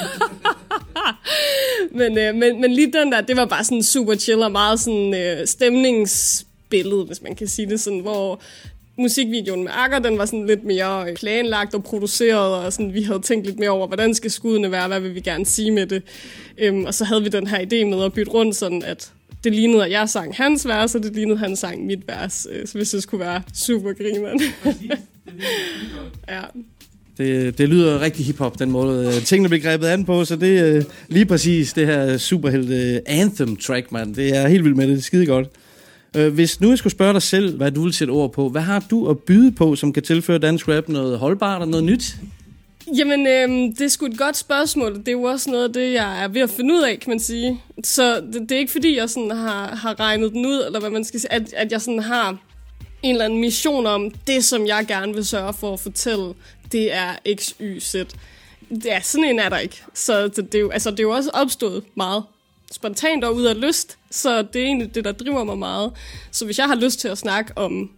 men lige den der, det var bare sådan super chill og meget sådan stemningsbillede, hvis man kan sige det sådan, hvor musikvideoen med Akker, den var sådan lidt mere planlagt og produceret, og sådan, vi havde tænkt lidt mere over, hvordan skal skuddene være, hvad vil vi gerne sige med det. Og så havde vi den her idé med at bytte rundt, sådan at det lignede, at jeg sang hans vers, og det lignede, at han sang mit vers. Så hvis det skulle være super grineren. Ja. Det lyder rigtig hiphop, den måde tingene bliver grebet an på, så det er lige præcis det her superhelte anthem track, man. Det er helt vildt med det, det er skide godt. Hvis nu jeg skulle spørge dig selv, hvad du vil sætte ord på, hvad har du at byde på, som kan tilføre dansk rap noget holdbart og noget nyt? Jamen, det er sgu et godt spørgsmål. Det er jo også noget af det, jeg er ved at finde ud af, kan man sige. Så det er ikke fordi, jeg sådan har regnet den ud, eller hvad man skal sige, at jeg sådan har en eller anden mission om, det som jeg gerne vil sørge for at fortælle, det er X, Y, Z. Ja, sådan en er der ikke. Så det er jo også opstået meget spontant og ud af lyst, så det er egentlig det, der driver mig meget. Så hvis jeg har lyst til at snakke om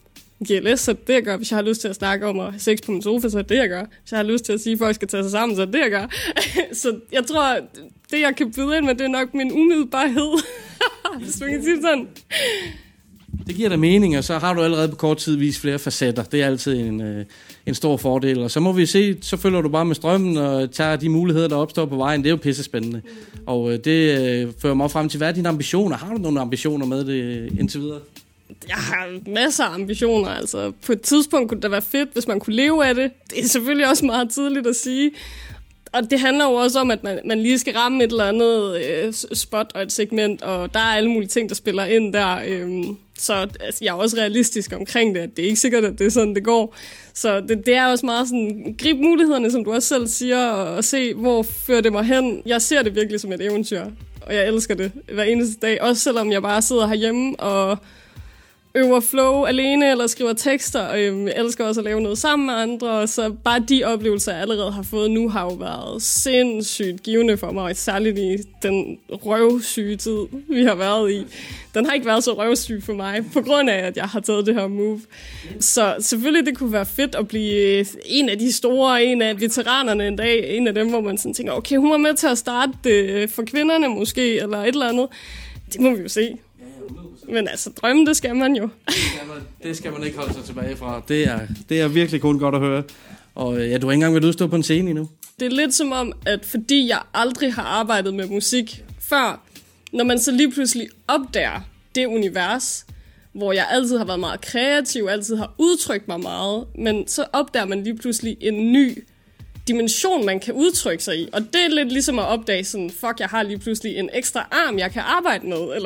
GLS, så det jeg gør. Hvis jeg har lyst til at snakke om at have sex på min sofa, så det jeg gør. Hvis jeg har lyst til at sige, at folk skal tage sig sammen, så det jeg gør. Så jeg tror, det jeg kan byde ind med, det er nok min umiddelbarhed. Hvis man kan sige sådan. Det giver dig mening, og så har du allerede på kort tid vist flere facetter. Det er altid en stor fordel. Og så må vi se, så følger du bare med strømmen og tager de muligheder, der opstår på vejen. Det er jo pissespændende. Og det fører mig frem til, hvad er dine ambitioner? Har du nogle ambitioner med det indtil videre? Jeg har masser af ambitioner. Altså, på et tidspunkt kunne det være fedt, hvis man kunne leve af det. Det er selvfølgelig også meget tidligt at sige. Og det handler jo også om, at man lige skal ramme et eller andet spot og et segment, og der er alle mulige ting, der spiller ind der. Så altså, jeg er også realistisk omkring det, at det er ikke sikkert, at det er sådan, det går. Så det er også meget sådan, grib mulighederne, som du også selv siger, og se, hvor fører det mig hen. Jeg ser det virkelig som et eventyr, og jeg elsker det hver eneste dag. Også selvom jeg bare sidder herhjemme og øver flow alene, eller skriver tekster, og jeg elsker også at lave noget sammen med andre, og så bare de oplevelser, jeg allerede har fået nu, har jo været sindssygt givende for mig, og særligt i den røvsyge tid, vi har været i. Den har ikke været så røvsyg for mig, på grund af, at jeg har taget det her move. Så selvfølgelig, det kunne være fedt at blive en af de store, en af veteranerne en dag, en af dem, hvor man sådan tænker, okay, hun var med til at starte det for kvinderne måske, eller et eller andet. Det må vi jo se. Men altså, drømme, det skal man jo. Det skal man ikke holde sig tilbage fra. Det er virkelig kun godt at høre. Og ja, du har ikke engang været udstå på en scene endnu. Det er lidt som om, at fordi jeg aldrig har arbejdet med musik før, når man så lige pludselig opdager det univers, hvor jeg altid har været meget kreativ, altid har udtrykt mig meget, men så opdager man lige pludselig en ny dimension, man kan udtrykke sig i. Og det er lidt ligesom at opdage sådan, fuck, jeg har lige pludselig en ekstra arm, jeg kan arbejde med, eller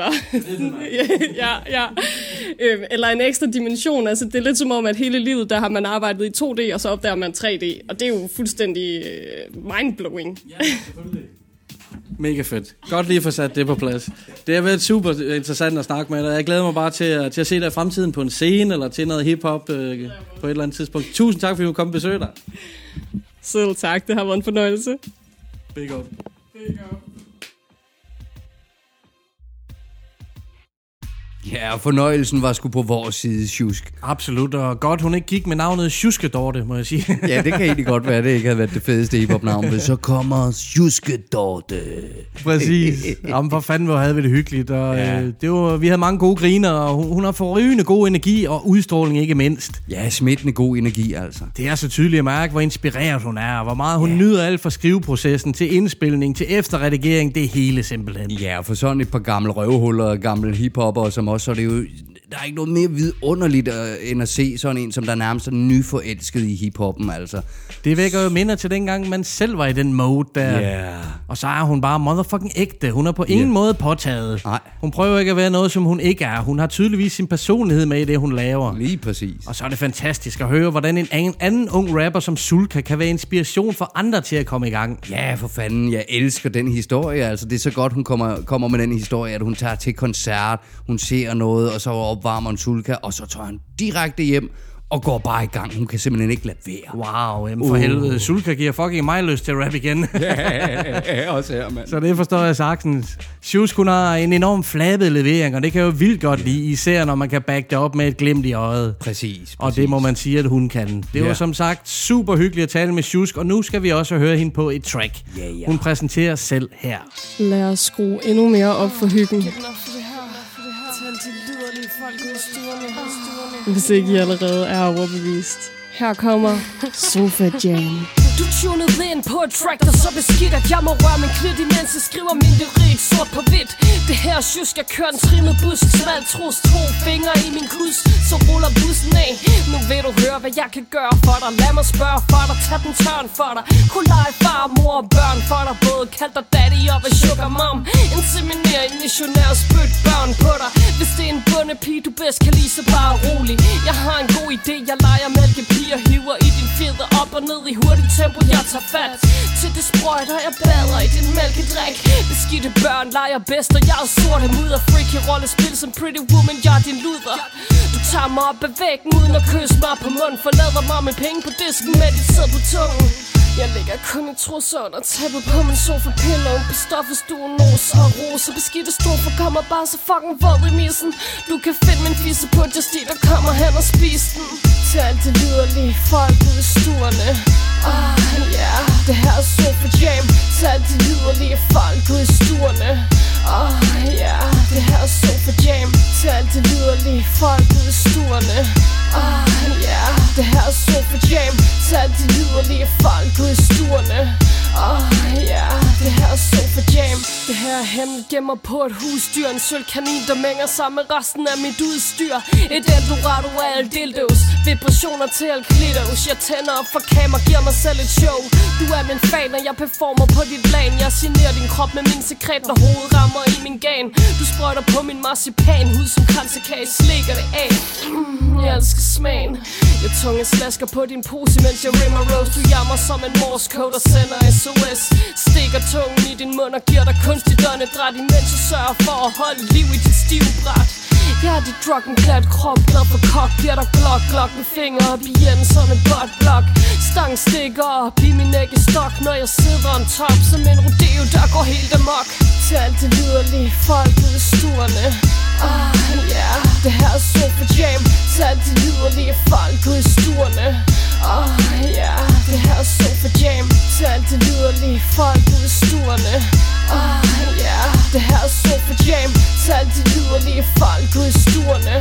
eller en ekstra dimension. Altså, det er lidt som om, at hele livet, der har man arbejdet i 2D, og så opdager man 3D. Og det er jo fuldstændig mindblowing. Ja, selvfølgelig. Mega fedt. Godt lige at få sat det på plads. Det har været super interessant at snakke med dig. Jeg glæder mig bare til at se dig i fremtiden på en scene, eller til noget hiphop på et eller andet tidspunkt. Tusind tak, fordi du kom og besøgte dig. Selv tak, det har været en fornøjelse. Big up. Big up. Ja, fornøjelsen var sgu på vores side, Sjusk. Absolut, og godt hun ikke gik med navnet Sjuskedorte, må jeg sige. Ja, det kan egentlig godt være, det ikke havde været det fedeste hiphop-navn, men så kommer Sjuskedorte. Præcis. Jamen, for fanden, hvor havde vi det hyggeligt. Og, vi havde mange gode griner, og hun har forrygende god energi og udstråling, ikke mindst. Ja, smittende god energi, altså. Det er så tydeligt at mærke, hvor inspireret hun er, og hvor meget hun nyder alt fra skriveprocessen til indspilning, til efterredigering. Det er hele simpelthen. Ja, for sådan et par gamle røvhuller og gamle hiphopper, som også, så er det jo, der er ikke noget mere vidunderligt end at se sådan en, som der nærmest er nyforelsket i hiphoppen, altså. Det vækker jo minder til dengang, man selv var i den mode der. Yeah. Og så er hun bare motherfucking ægte. Hun er på ingen måde påtaget. Nej. Hun prøver ikke at være noget, som hun ikke er. Hun har tydeligvis sin personlighed med i det, hun laver. Lige præcis. Og så er det fantastisk at høre, hvordan en anden ung rapper som Sulka kan være inspiration for andre til at komme i gang. Ja, for fanden. Jeg elsker den historie. Altså, det er så godt, hun kommer med den historie, at hun tager til koncert, hun ser noget, og så opvarmer en Sulka, og så tager han direkte hjem og går bare i gang. Hun kan simpelthen ikke lade være. Wow, jamen for helvede. Sulka giver fucking mig lyst til at rap igen. Ja, også her, mand. Så det forstår jeg sagtens. Sjusk, hun har en enorm flabet levering, og det kan jeg jo vildt godt lide, især når man kan back det op med et glimt i øjet. Præcis. Og det må man sige, at hun kan. Det var som sagt super hyggeligt at tale med Sjusk, og nu skal vi også høre hende på et track. Hun præsenterer selv her. Lad os skrue endnu mere op for hyggen. Hvis ikke I allerede er overbevist. Her kommer Sofa Jam. Du tunede ind på et track, der så beskidt, at jeg må røre min klit, imens jeg skriver min lyrik sort på hvidt. Det her Sjusk, jeg kører en trimmet bus, smal trus, 2 fingre i min kus, så ruller bussen af. Nu vil du høre, hvad jeg kan gøre for dig. Lad mig spørge for dig, tag den tørn for dig. Kunne lege far, mor og børn for dig. Både kald dig daddy og hvad sugar mom. Inseminere en missionær og spyt børn på dig. Hvis det er en bundepige, du bedst kan lide, så bare rolig. Jeg har en god idé, jeg leger mælkepige og hiver i din fede op og ned i hurtigt tempo, jeg tager fat. Til det sprøjter, jeg bader i din mælkedrik. Beskidte børn leger bedst, og jeg er sorte mudder. Freaky rollespil som Pretty Woman, jeg er din luder. Du tager mig op af væggen uden at kysse mig på munden. Forlader mig med penge på disken med dit sæd på tungen. Jeg ligger kun i trusser under tæppet på min sofa-pillow. På stoffet stuen, noser og roser. Beskidte strofer kommer bare så fucking våd i missen. Du kan finde min fisse på Just Eat og kommer hen og spise den. Til alt det liderlige folk ude i stuerne. Yeah, det her er Sofa Jam. Til alt det liderlige folk ude i stuerne. Yeah, det her er Sofa Jam. Til alt det liderlige folk ude i stuerne. Yeah, det her er Sofa Jam. Til alt det liderlige folk ude i stuerne. Yeah, det her er Sofa Jam. Det her er hemmeligt gemmer på et husdyr. En sølvkanin, der mænger sammen med resten af mit udstyr. Et Eldorado af alle dildos. Vibrationer til al klitos. Jeg tænder op for kamera, giver mig selv et show. Du er min fan, og jeg performer på dit lag. Jeg signerer din krop med min sekret, når hovedet rammer i min gan. Du sprøjter på min marcipan. Hud som kransekage, slikker det af. Jeg elsker smagen. Jeg tunge slasker på din pose, mens jeg rimmer rose. Du jammer som en morsekode og sender SOS. Stikker tungen i din mund og giver dig kunstigt åndedræt, imens jeg sørger for at holde liv i dit stive bræt. Jeg er dit drug, en glat krop, glad for kok. Bliver der glok med fingre op i hjem som en botblok. Stang stikker op i min æggestok, når jeg sidder on top som en rodeo, der går helt amok. Til alt det liderlige folk ude i stuerne. Yeah, det her er Sofa Jam. Til alt det liderlige folk ude i stuerne. Yeah, det her er Sofa Jam. Til alt det liderlige folk ude i stuerne. Yeah, det her er Sofa Jam. Til alt det liderlige folk ude i stuerne.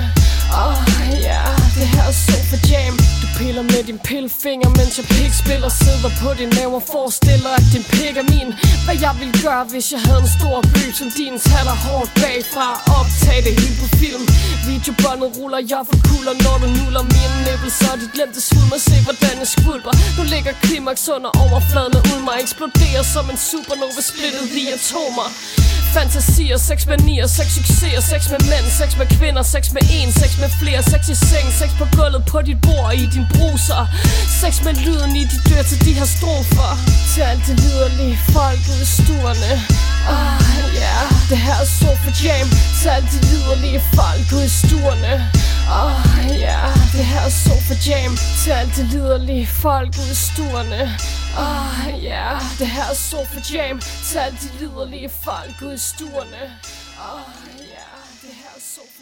Yeah, det her er Sofa Jam. Du piller med din pillefinger, mens jeg pikspiller. Sidder på din mave og forestiller, at din pik er min. Hvad jeg ville gøre, hvis jeg havde en stor by som din. Tag dig hårdt bagfra, optag det hele på film. Videobåndet ruller, jeg for kulder, når du nuller mine nippel. Så de glemte svulmer, se hvordan jeg skvulper. Nu ligger klimaks under overfladen og ud mig. Eksploderer som en supernova, splittet i atomer. Fantasier, sex med nier, sex succeser, sex med mænd, sex med kvinder, sex med en, sex med flere, sex i seng, sex på gulvet, på dit bord, i din bruser. Sex med lyden i de dør til de her strofer. Til alt det liderlige folk ude i stuerne. Yeah, det her er Sofa Jam. Til alt det liderlige folk ude i stuerne. Yeah, det her er Sofa Jam. Til alt det liderlige folk ude i stuerne. Yeah, det her er Sofa Jam. Til alt de liderlige folk ude i stuerne. Yeah, det her er Sofa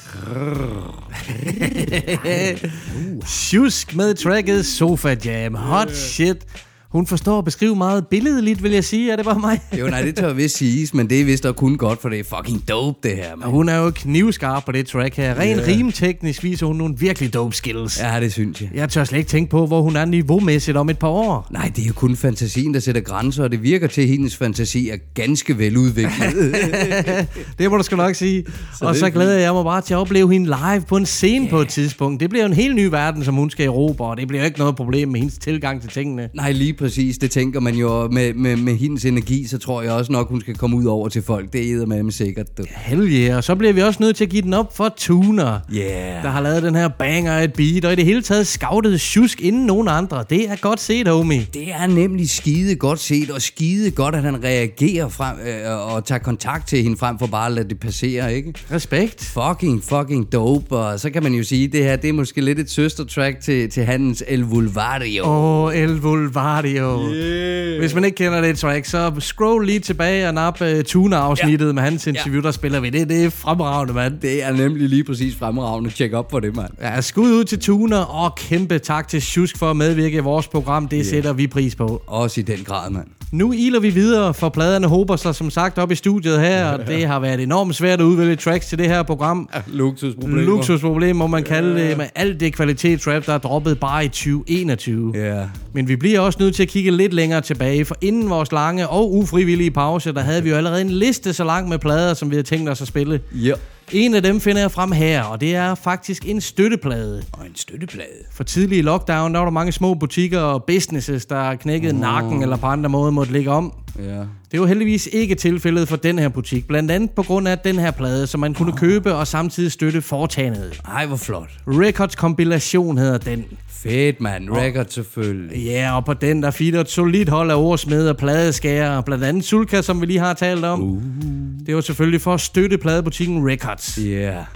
Jam. Sjusk med tracket Sofa Jam. Hot shit. Hun forstår at beskrive meget billedligt, vil jeg sige. Er det bare mig? Jo, nej, det tør vist siges, men det er vist også kun godt, for det er fucking dope, det her. Man. Og hun er jo knivskarp på det track her. Rent rimteknisk viser hun nogle virkelig dope skills. Ja, det synes jeg. Jeg tør slet ikke tænke på, hvor hun er niveaumæssigt om et par år. Nej, det er jo kun fantasien, der sætter grænser, og det virker til, at hendes fantasi er ganske veludviklet. Det må du sgu nok sige. Og så glæder jeg mig bare til at opleve hende live på en scene på et tidspunkt. Det bliver en helt ny verden, som hun skal erobre, og det bliver ikke noget problem med hendes tilgang til tingene. Nej, lige præcis. Det tænker man jo med hendes energi, så tror jeg også nok, hun skal komme ud over til folk. Det er med sikkert. Hell yeah. Og så bliver vi også nødt til at give den op for Tuner. Yeah. Der har lavet den her banger et beat, og i det hele taget scoutet Sjusk inden nogen andre. Det er godt set, homie. Det er nemlig skide godt set, og skide godt, at han reagerer frem og tager kontakt til hende frem for bare at lade det passere, ikke? Respekt. Fucking dope. Og så kan man jo sige, at det her, det er måske lidt et søstertrack til hans El Vulvario. El Vulvario. Yeah. Hvis man ikke kender det track, så scroll lige tilbage og nap Tuner-afsnittet med hans interview, der spiller vi det. Det er fremragende, mand. Det er nemlig lige præcis fremragende. Tjek op på det, mand. Ja, skud ud til Tuner, og kæmpe tak til Sjusk for at medvirke i vores program. Det sætter vi pris på. Også i den grad, mand. Nu iler vi videre, for pladerne hober sig som sagt op i studiet her, og det har været enormt svært at udvælge tracks til det her program. Luksusproblem, må man kalde det, med alt det kvalitetsrap, der er droppet bare i 2021. Men vi bliver også nødt til at kigge lidt længere tilbage, for inden vores lange og ufrivillige pause, der havde vi jo allerede en liste så lang med plader, som vi havde tænkt os at spille. Ja. En af dem finder jeg frem her, og det er faktisk en støtteplade. Og en støtteplade? For tidlig i lockdown, der var der mange små butikker og businesses, der knækkede nakken eller på andre måder måtte ligge om. Ja. Det var heldigvis ikke tilfældet for den her butik, blandt andet på grund af den her plade, som man kunne købe og samtidig støtte foretagendet. Ej, hvor flot. Records kompilation hedder den. Fedt, mand. Records selvfølgelig. Ja, og på den der feeder et solidt hold af ordsmed og pladeskærer, blandt andet Sulka, som vi lige har talt om. Det var selvfølgelig for at støtte pladebutikken Records. Yeah.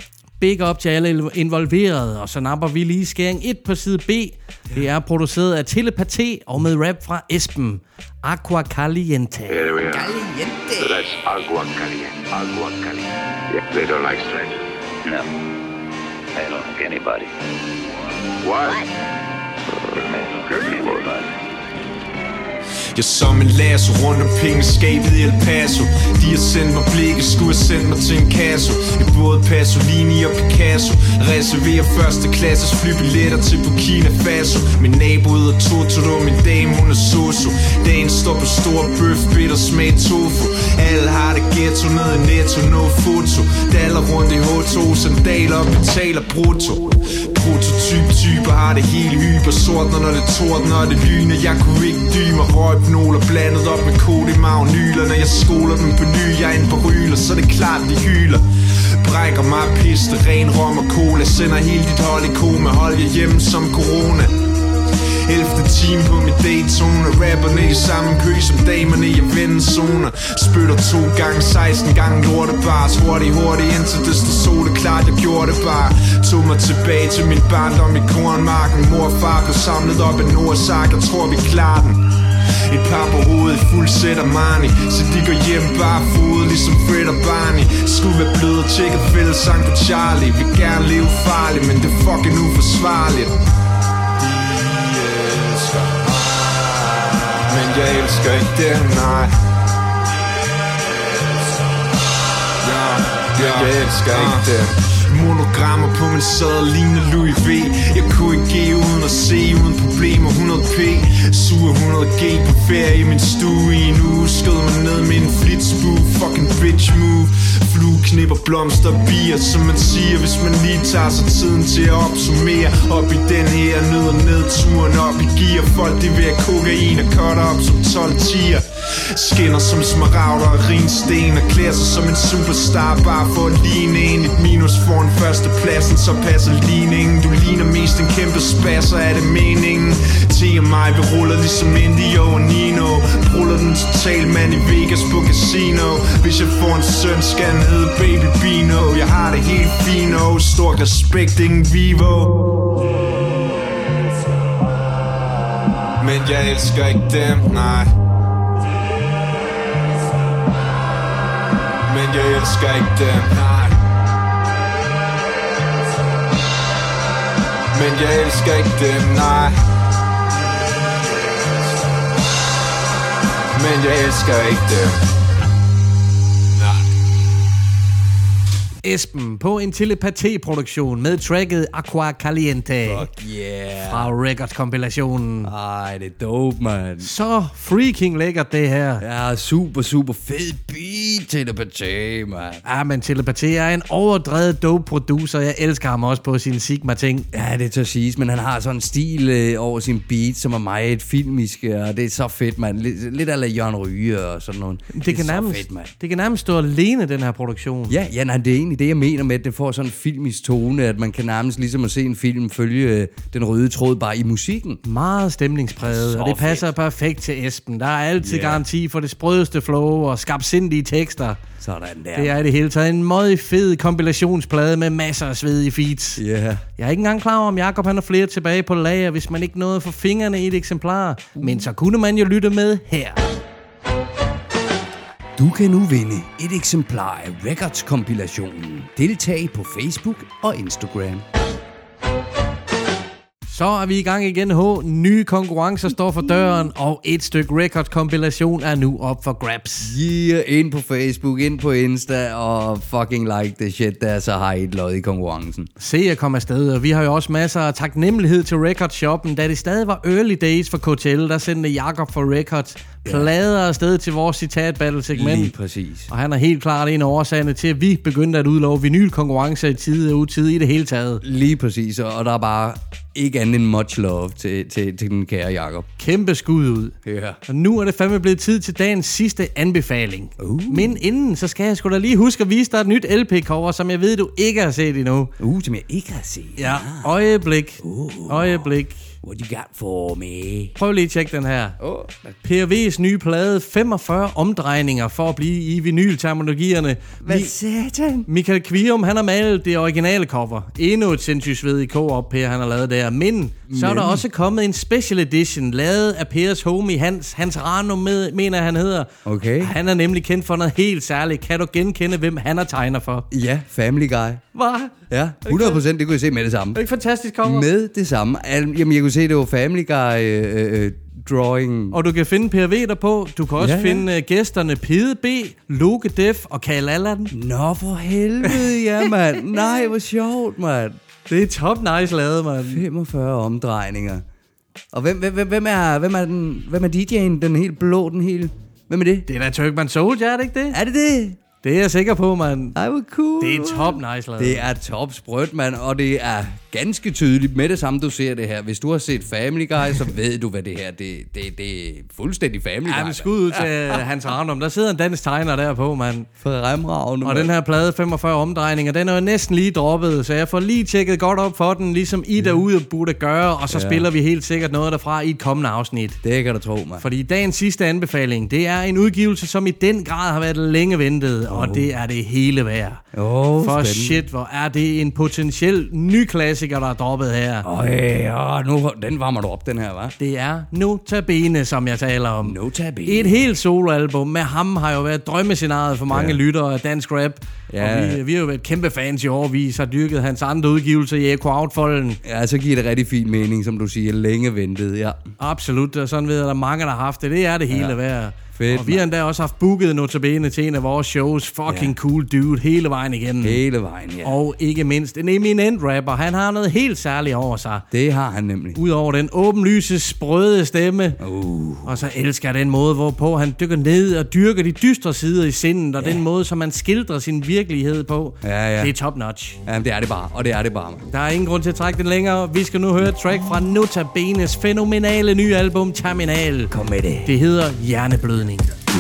Big up til alle involverede, og så napper vi lige skæring 1 på side B. Det er produceret af Telepathy og med rap fra Esben. Agua Caliente. Caliente. So that's agua caliente. Agua caliente. Yeah, they don't like strangers. No. They don't like anybody. What? Anybody. Jeg som en lasso rundt om pengeskabet i El Paso. De har sendt mig blikket, skulle have sendt mig til en kasso. I både Pasolini og Picasso. Reserverer første klasses flybilletter til Burkina Faso. Min nabo hedder Totoro, min dame hun er Soso. Dagen står på stor bøf, bitter smag tofu. Alle har det ghetto ned i Netto, no foto. Daller rundt i H2, sandaler og betaler brutto. Prototyp-typer har det hele hyper. Sortner når det tordner og det lyner. Jeg kunne ikke dyme og røgpnoler blandet op med kode i magnyler. Når jeg skoler dem på ny, jeg er en baryler, så det er klart de hyler. Brækker mig piste, ren rom og cola. Sender hele dit hold i koma, hold jer hjemme som corona. 11. time på mit Daytona. Rapperne i samme kø som damerne i vennezoner. Spytter 2 gange 16 gange lortebars. Hurtigt indtil det stod soleklart. Jeg gjorde det bare. Tog mig tilbage til min barndom i kornmarken. Mor og far blev samlet op af Nordsark. Jeg tror vi klarer den. Et par på hovedet, fuld sæt af Marni. Så de går hjem bare fodet, ligesom Fred og Barney. Skulle være blevet og tjekket fællesang på Charlie. Vil gerne leve farligt, men det er fucking uforsvarligt. Men jeg elsker ikke dem, nej. Jeg elsker ikke dem. Monogrammer på min sadel ligner Louis V. Jeg kunne ikke give uden at se, uden problemer 100p. Sur 100G på ferie i min stue i en uge. Skød mig ned med en flitsbue, fucking bitch move. Flueknipper, blomster og bier, som man siger, hvis man lige tager sig tiden til at opsummere. Op i den her, nyder nedturen op i gear. Folk de vil have kokain og cutter op som 12 tier. Skinner som smaragder og rinsten og klæder sig som en superstar, bare for at ligne en. Et minus foran førstepladsen, så passer ligningen. Du ligner mest en kæmpe spasser, er det meningen? T og mig, vi ruller ligesom Indio og Nino. Ruller den total mand i Vegas på casino. Hvis jeg får en søn, skal han hedde Baby Bino. Jeg har det helt fino, stor respekt, ingen Vivo. Men jeg elsker ikke dem, nej. Men jeg elsker ikke dem, nej. Men jeg elsker ikke dem, nej. Men jeg elsker ikke dem. Esben på en Telepathy-produktion med tracket Agua Caliente. Fuck yeah. Fra Records-kompilationen. Ej, det er dope, man. Så freaking lækkert det her. Ja, super fed beat, Telepathy, man. Ja, men Telepathy er en overdrevet dope producer. Jeg elsker ham også på sine Sigma-ting. Ja, det tør siges, men han har sådan en stil over sin beat, som er meget filmisk, og det er så fedt, man. Lidt a la Jørgen Ryge og sådan noget. Det kan nærmest, fedt, man. Det kan nærmest stå alene, den her produktion. Ja, nej, det er egentlig det, jeg mener med, at det får sådan en filmisk tone, at man kan nærmest ligesom at se en film følge den røde tråd bare i musikken. Meget stemningspræget, og det passer perfekt til Esben. Der er altid garanti for det sprødeste flow og skarpsindige tekster. Sådan der. Det er i det hele taget en meget fed kompilationsplade med masser af svedige feats. Yeah. Jeg er ikke engang klar over, om Jakob han har flere tilbage på lager, hvis man ikke nåede at få fingrene i et eksemplar. Men så kunne man jo lytte med her. Du kan nu vinde et eksemplar af Records-kompilationen. Deltag på Facebook og Instagram. Så er vi i gang igen, Nye konkurrencer står for døren, og et stykke Records-kompilation er nu op for grabs. Yeah, ind på Facebook, ind på Insta, og fucking like the shit der, så har I et lod i konkurrencen. Se at komme afsted, og vi har jo også masser af taknemmelighed til Records-shoppen. Da det stadig var early days for KTL, der sendte Jakob for Records plader afsted til vores citat-battle-segment. Lige præcis. Og han er helt klart en af årsagerne til, at vi begyndte at udlove vinylkonkurrencer i tide og utide i det hele taget. Lige præcis, og der er bare ikke andet end much love til den kære Jakob. Kæmpe skud ud. Ja. Og nu er det fandme blevet tid til dagens sidste anbefaling. Men inden, så skal jeg sgu da lige huske at vise dig et nyt LP-cover, som jeg ved, du ikke har set endnu. Som jeg ikke har set. Ja, øjeblik. What you got for me? Prøv lige at tjekke den her. PRV's nye plade, 45 omdrejninger for at blive i vinylterminologierne. Hvad satan? Michael Kvium, han har malet det originale cover. Endnu et sindssygt svedigt co-op, Per, han har lavet der. Men så er der også kommet en special edition, lavet af Pers homie Hans Rano, mener han hedder. Okay. Han er nemlig kendt for noget helt særligt. Kan du genkende, hvem han er tegner for? Ja, Family Guy. Hvad? Ja, 100%, det kunne jeg se med det samme. Ikke fantastisk cover? Med det samme. Jamen, jeg kunne se, det var Family Guy drawing. Og du kan finde PRV derpå. Du kan også finde gæsterne Pede B, Loke Def og Karl Allan. Nå, for helvede, ja, mand. Nej, hvor sjovt, mand. Det er top nice lavet, mand. 45 omdrejninger. Og hvem er DJ'en? Den helt blå, den helt... Hvem er det? Det er da Turkman Soldier, er det ikke det? Er det det? Det er jeg sikker på, mand. Ej, hvor cool. Det er top nice lavet. Det er top sprødt, mand. Og det er ganske tydeligt med det samme, du ser det her. Hvis du har set Family Guy, så ved du, hvad det her det er fuldstændig Family Guy. Ja, men skud ud til Hans Ranum. Der sidder en dansk tegner der på, mand. Fremragende. Og den her plade, 45 omdrejninger, den er jo næsten lige droppet, så jeg får lige tjekket godt op for den, ligesom I derude burde gøre, og så spiller vi helt sikkert noget derfra i et kommende afsnit. Det kan du tro, mand. Fordi dagens sidste anbefaling, det er en udgivelse, som i den grad har været længe ventet, og det er det hele værd. For spændende. Shit, hvor er det en potentiel ny klassiker, der er droppet her. Nu, den varmer du op, den her, hva'? Det er Nota Bene, som jeg taler om. Nota Bene. Et helt soloalbum med ham har jo været drømmescenariet for mange lyttere af dansk rap. Ja. Og vi har jo været kæmpe fans i årvis, har dyrket hans andre udgivelser i Echo Out-folden. Ja, så giver det rigtig fin mening, som du siger, længe ventet, ja. Absolut, og sådan ved jeg, der er mange, der har haft det. Det er det hele værd. Fedt, og vi har endda også haft booket Nota Bene til en af vores shows. Fucking cool dude, hele vejen igennem. Hele vejen, ja. Og ikke mindst en eminent rapper. Han har noget helt særligt over sig. Det har han nemlig. Udover den åbenlyse, sprøde stemme. Og så elsker jeg den måde, hvorpå han dykker ned og dyrker de dystre sider i sindet. Og den måde, som man skildrer sin virkelighed på. Ja. Det er top notch. Jamen, det er det bare. Og det er det bare, man. Der er ingen grund til at trække den længere. Vi skal nu høre et track fra Nota Benes fænomenale nye album Terminal. Kom med det. Det hedder Hjerneblødning.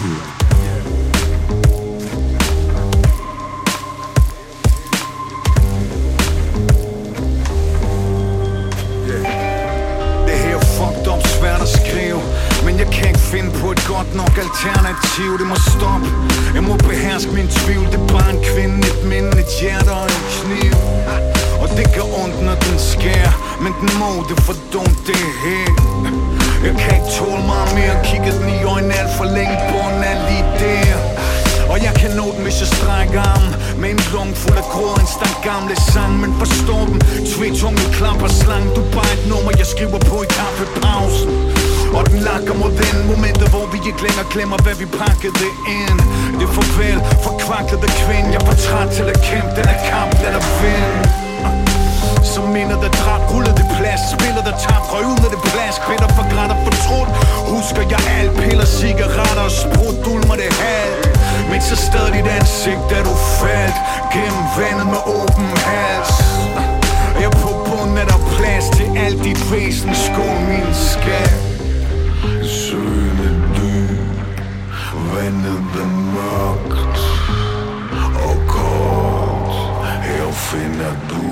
Men jeg kan ikke finde på et godt nok alternativ. Det må stoppe, jeg må beherske min tvivl. Det er bare en kvinde, et minde, et hjerte og en kniv. Og det gør ondt, når den skærer, men den må, det er for dumt, det er her. Jeg kan ikke tåle meget mere, kigger den i øjnene alt for længe. Bunden er lige der. Og jeg kan nå den, hvis jeg strækker armen. Med en lunge fuld af gråd, en stank gamle sang. Men forstår dem, tvetunget klapper slang. Du er bare et nummer, jeg skriver på i kaffepausen. Og den lakker mod den momenter, hvor vi ikke længere glemmer, hvad vi pakkede ind. Det er farvel, forkvaklede kvinde. Jeg er for træt til at kæmpe den her kamp, lad dig vinde. Som minder der drab, rullede det plads. Spiller der tabt, røg ud af det plads. Kvinder for grætter fortrudt. Husker jeg alt, piller, cigaretter og sprut. Dulmer det halvt. Men så stadig dit ansigt, da du faldt gennem vandet med åben hals. Jeg er på bunden, er der plads til alt dit væsen. Skål min skat. Søgende dyb, vandet er mørkt og koldt. Her finder du,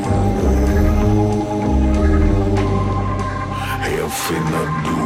her finder du.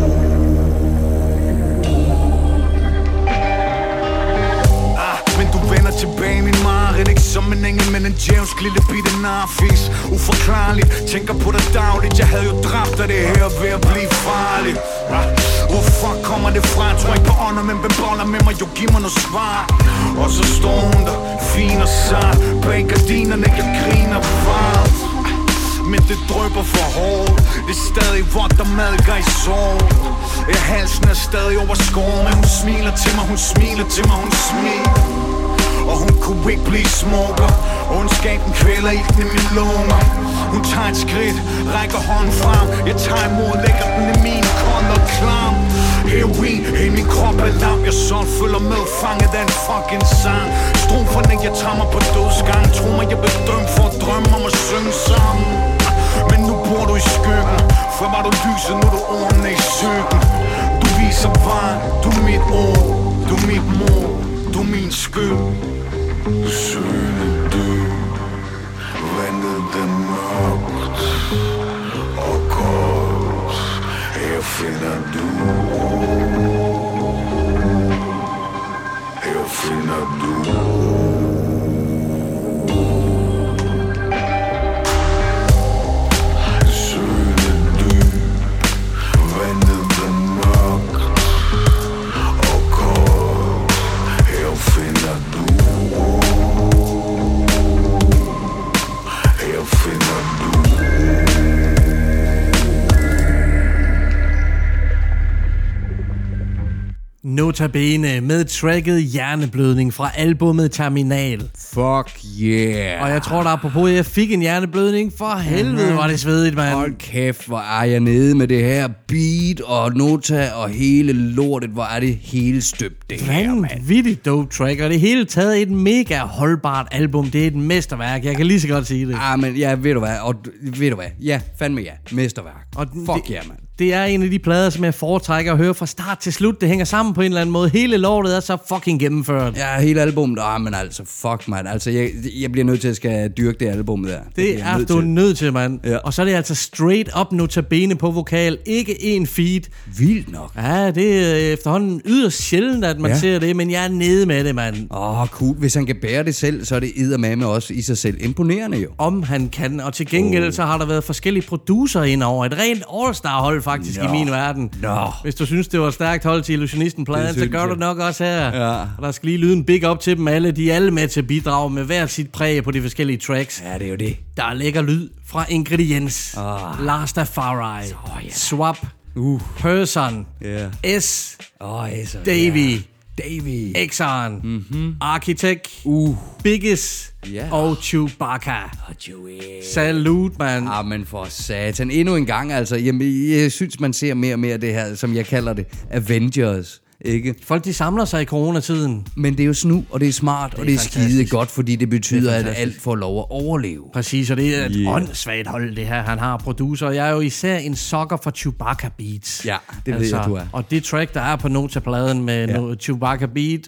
Men du vender tilbage i min mareridt. Ikke som en engel, men en djævnsk lille bitte narfis. Uforklarligt, tænker på dig dagligt. Jeg havde jo dræbt dig, det her ved at blive farligt. Hvorfor kommer det fra? Tror ikke på ånder, men hvem boller med mig? Jo, giv mig noget svar. Og så står hun der, fin og sart. Bag gardinerne, jeg griner varmt. Men det drøber for hårdt. Det er stadig vådt, der madker i sorg. Halsen er stadig over skåret. Men hun smiler til mig, hun smiler til mig, hun smiler. Og hun kunne ikke blive smukker. Ondskaben kvæler ilten i mine lunger. Hun tager et skridt, rækker hånden frem. Jeg tager imod, lægger den i min kont og klam. Heroin, hele min krop er lam. Jeg sådan følger med, fanget af en fucking sang. Stroferne, jeg tager mig på dødsgang. Tro mig, jeg blev dømt for at drømme om at synge sammen. Men nu bor du i skyggen. Før var du lyset, nu er du ordene i psyken. Du viser vej, du er mit ord. Du er mit mor, du er min skyld. Søgende dyb, vandet er mørkt og koldt. Her finder du. Her finder du. Notabene med tracket Hjerneblødning fra albumet Terminal. Fuck yeah. Og jeg tror der apropos, jeg fik en hjerneblødning. For helvede, var det svedigt, mand. Hold kæft, hvor er jeg nede med det her beat og nota og hele lortet. Hvor er det hele støbt, det her, mand. Vanvittigt dope track, og det hele taget et mega holdbart album. Det er et mesterværk, jeg kan lige så godt sige det. Men ja, ved du hvad, ja, fandme ja, mesterværk. Og fuck yeah, mand. Det er en af de plader, som jeg foretrækker at høre fra start til slut. Det hænger sammen på en eller anden måde. Hele lortet er så fucking gennemført. Ja, hele albumet. Men altså, fuck, man. Altså, jeg bliver nødt til at skal dyrke det album der. Det er du nødt til, mand. Ja. Og så er det altså straight up notabene på vokal. Ikke en feed. Vildt nok. Ja, det er efterhånden yderst sjældent, at man ser det, men jeg er nede med det, mand. Cool. Hvis han kan bære det selv, så er det eddermame også i sig selv imponerende jo. Om han kan. Og til gengæld så har der været forskellige producer indover. Et rent all-star-hold faktisk i min verden. Hvis du synes, det var et stærkt hold til Illusionisten-pladen, så gør du nok også her. Ja. Og der skal lige lyde en big up til dem alle. De er alle med til at bidrage med hver sit præg på de forskellige tracks. Ja, det er jo det. Der er lækker lyd fra Ingrediens, Lastafari, Swap, Person, S, Davey, Exxon, Architect, Biggest og Chewbacca. Salut, man. Men for satan. Endnu en gang, altså. Jamen, jeg synes, man ser mere og mere det her, som jeg kalder det, Avengers. Ikke? Folk, de samler sig i coronatiden. Men det er jo snu, og det er smart, og det er skide godt, fordi det betyder, at alt får lov at overleve. Præcis, og det er et åndssvagt hold, det her. Han har producer. Jeg er jo især en sokker for Chewbacca Beats. Ja, det ved jeg, du er. Og det track, der er på Nota-pladen med Chewbacca Beat.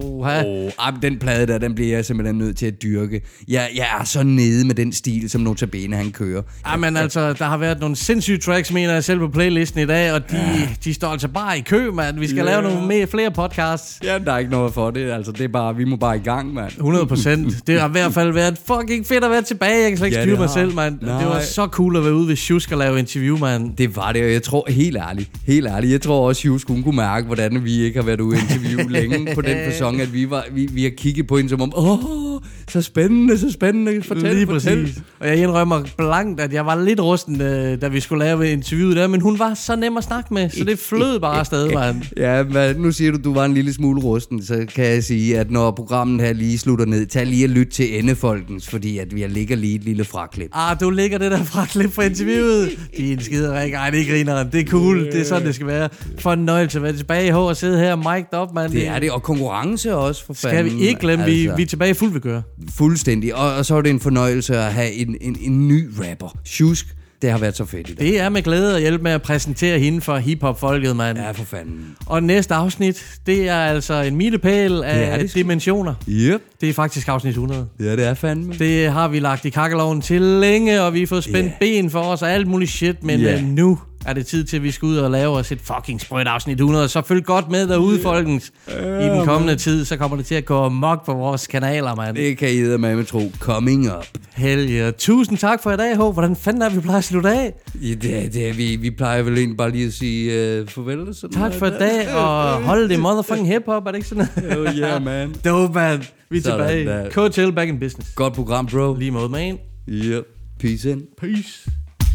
Den plade der, den bliver jeg simpelthen nødt til at dyrke. Jeg er så nede med den stil, som Notabene han kører. Men altså, der har været nogle sindssyge tracks, mener jeg selv på playlisten i dag, og de står altså bare i kø, mand. Vi skal lave nogle flere podcasts. Ja, der er ikke noget for det. Altså, det er bare, vi må bare i gang, mand. 100%. Det har i hvert fald været fucking fedt at være tilbage. Jeg kan slet ikke styre mig selv, mand. Det var så cool at være ude ved Sjusk og lave interview, mand. Det var det, og jeg tror, helt ærligt, jeg tror også, Sjusk, hun kunne mærke, hvordan vi ikke har været ude i interview længe på den facon, at vi har kigget på hende som om, så spændende, fortæl. Præcis. Og jeg indrømmer blankt, at jeg var lidt rusten, da vi skulle lave interviewet der, men hun var så nem at snakke med, så det flød bare afsted, mand. Ja, men nu siger du var en lille smule rusten, så kan jeg sige, at når programmet her lige slutter ned, tag lige at lytte til endefolkens, fordi at vi ligger lige et lille fraklip. Du ligger det der fraklip fra interviewet. Din skiderik. Ej, det griner. Det er cool. Det er sådan, det skal være. Fornøjelse at være tilbage i H og sidde her mic'd up, mand. Det er det, og konkurrence også, for fanden. Skal vi ikke glemme, vi er tilbage fuld ved gøre. Fuldstændig. Og så er det en fornøjelse at have en ny rapper. Sjusk. Det har været så fedt i dag. Det er med glæde at hjælpe med at præsentere hende for hiphop-folket, mand. Ja, for fanden. Og næste afsnit, det er altså en milepæl af dimensioner. Yep. Det er faktisk afsnit 100. Ja, det er fandme. Det har vi lagt i kakkeloven til længe, og vi har fået spændt ben for os og alt muligt shit, men nu er det tid til, at vi skal ud og lave os et fucking sprødt afsnit 100. Så følg godt med derude, folkens. I den kommende tid, så kommer det til at gå amok på vores kanaler, mand. Det kan I med tro. Coming up. Hell yeah. Tusind tak for i dag, H. Hvordan fanden er vi plejer at slutte af? Ja, vi plejer vel egentlig bare lige at sige farvel. Sådan tak for i dag, og hold det motherfucking hip-hop, er det ikke sådan? Oh yeah, man. Dope, man. Vi er tilbage. KTL back in business. Godt program, bro. Lige måde, man. Yep. Peace in. Peace.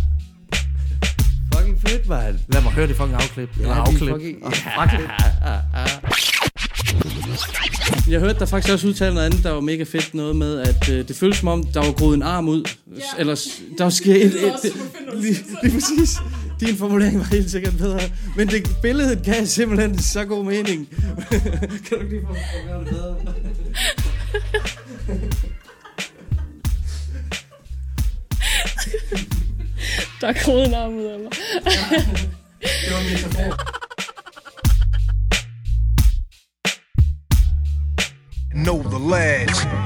Fucking fedt, man. Lad mig høre det fucking afklip. Eller afklip. Jeg hørte der faktisk også udtale noget andet, der var mega fedt. Noget med, at det føles som om, der var groet en arm ud. Ja. Eller der var sket lige præcis. Din formulering var helt sikkert bedre. Men det billedet gav simpelthen så god mening. Kan du lige få at gøre det bedre? Der er groet en arm ud af mig. Det var metafor. Know the ledge.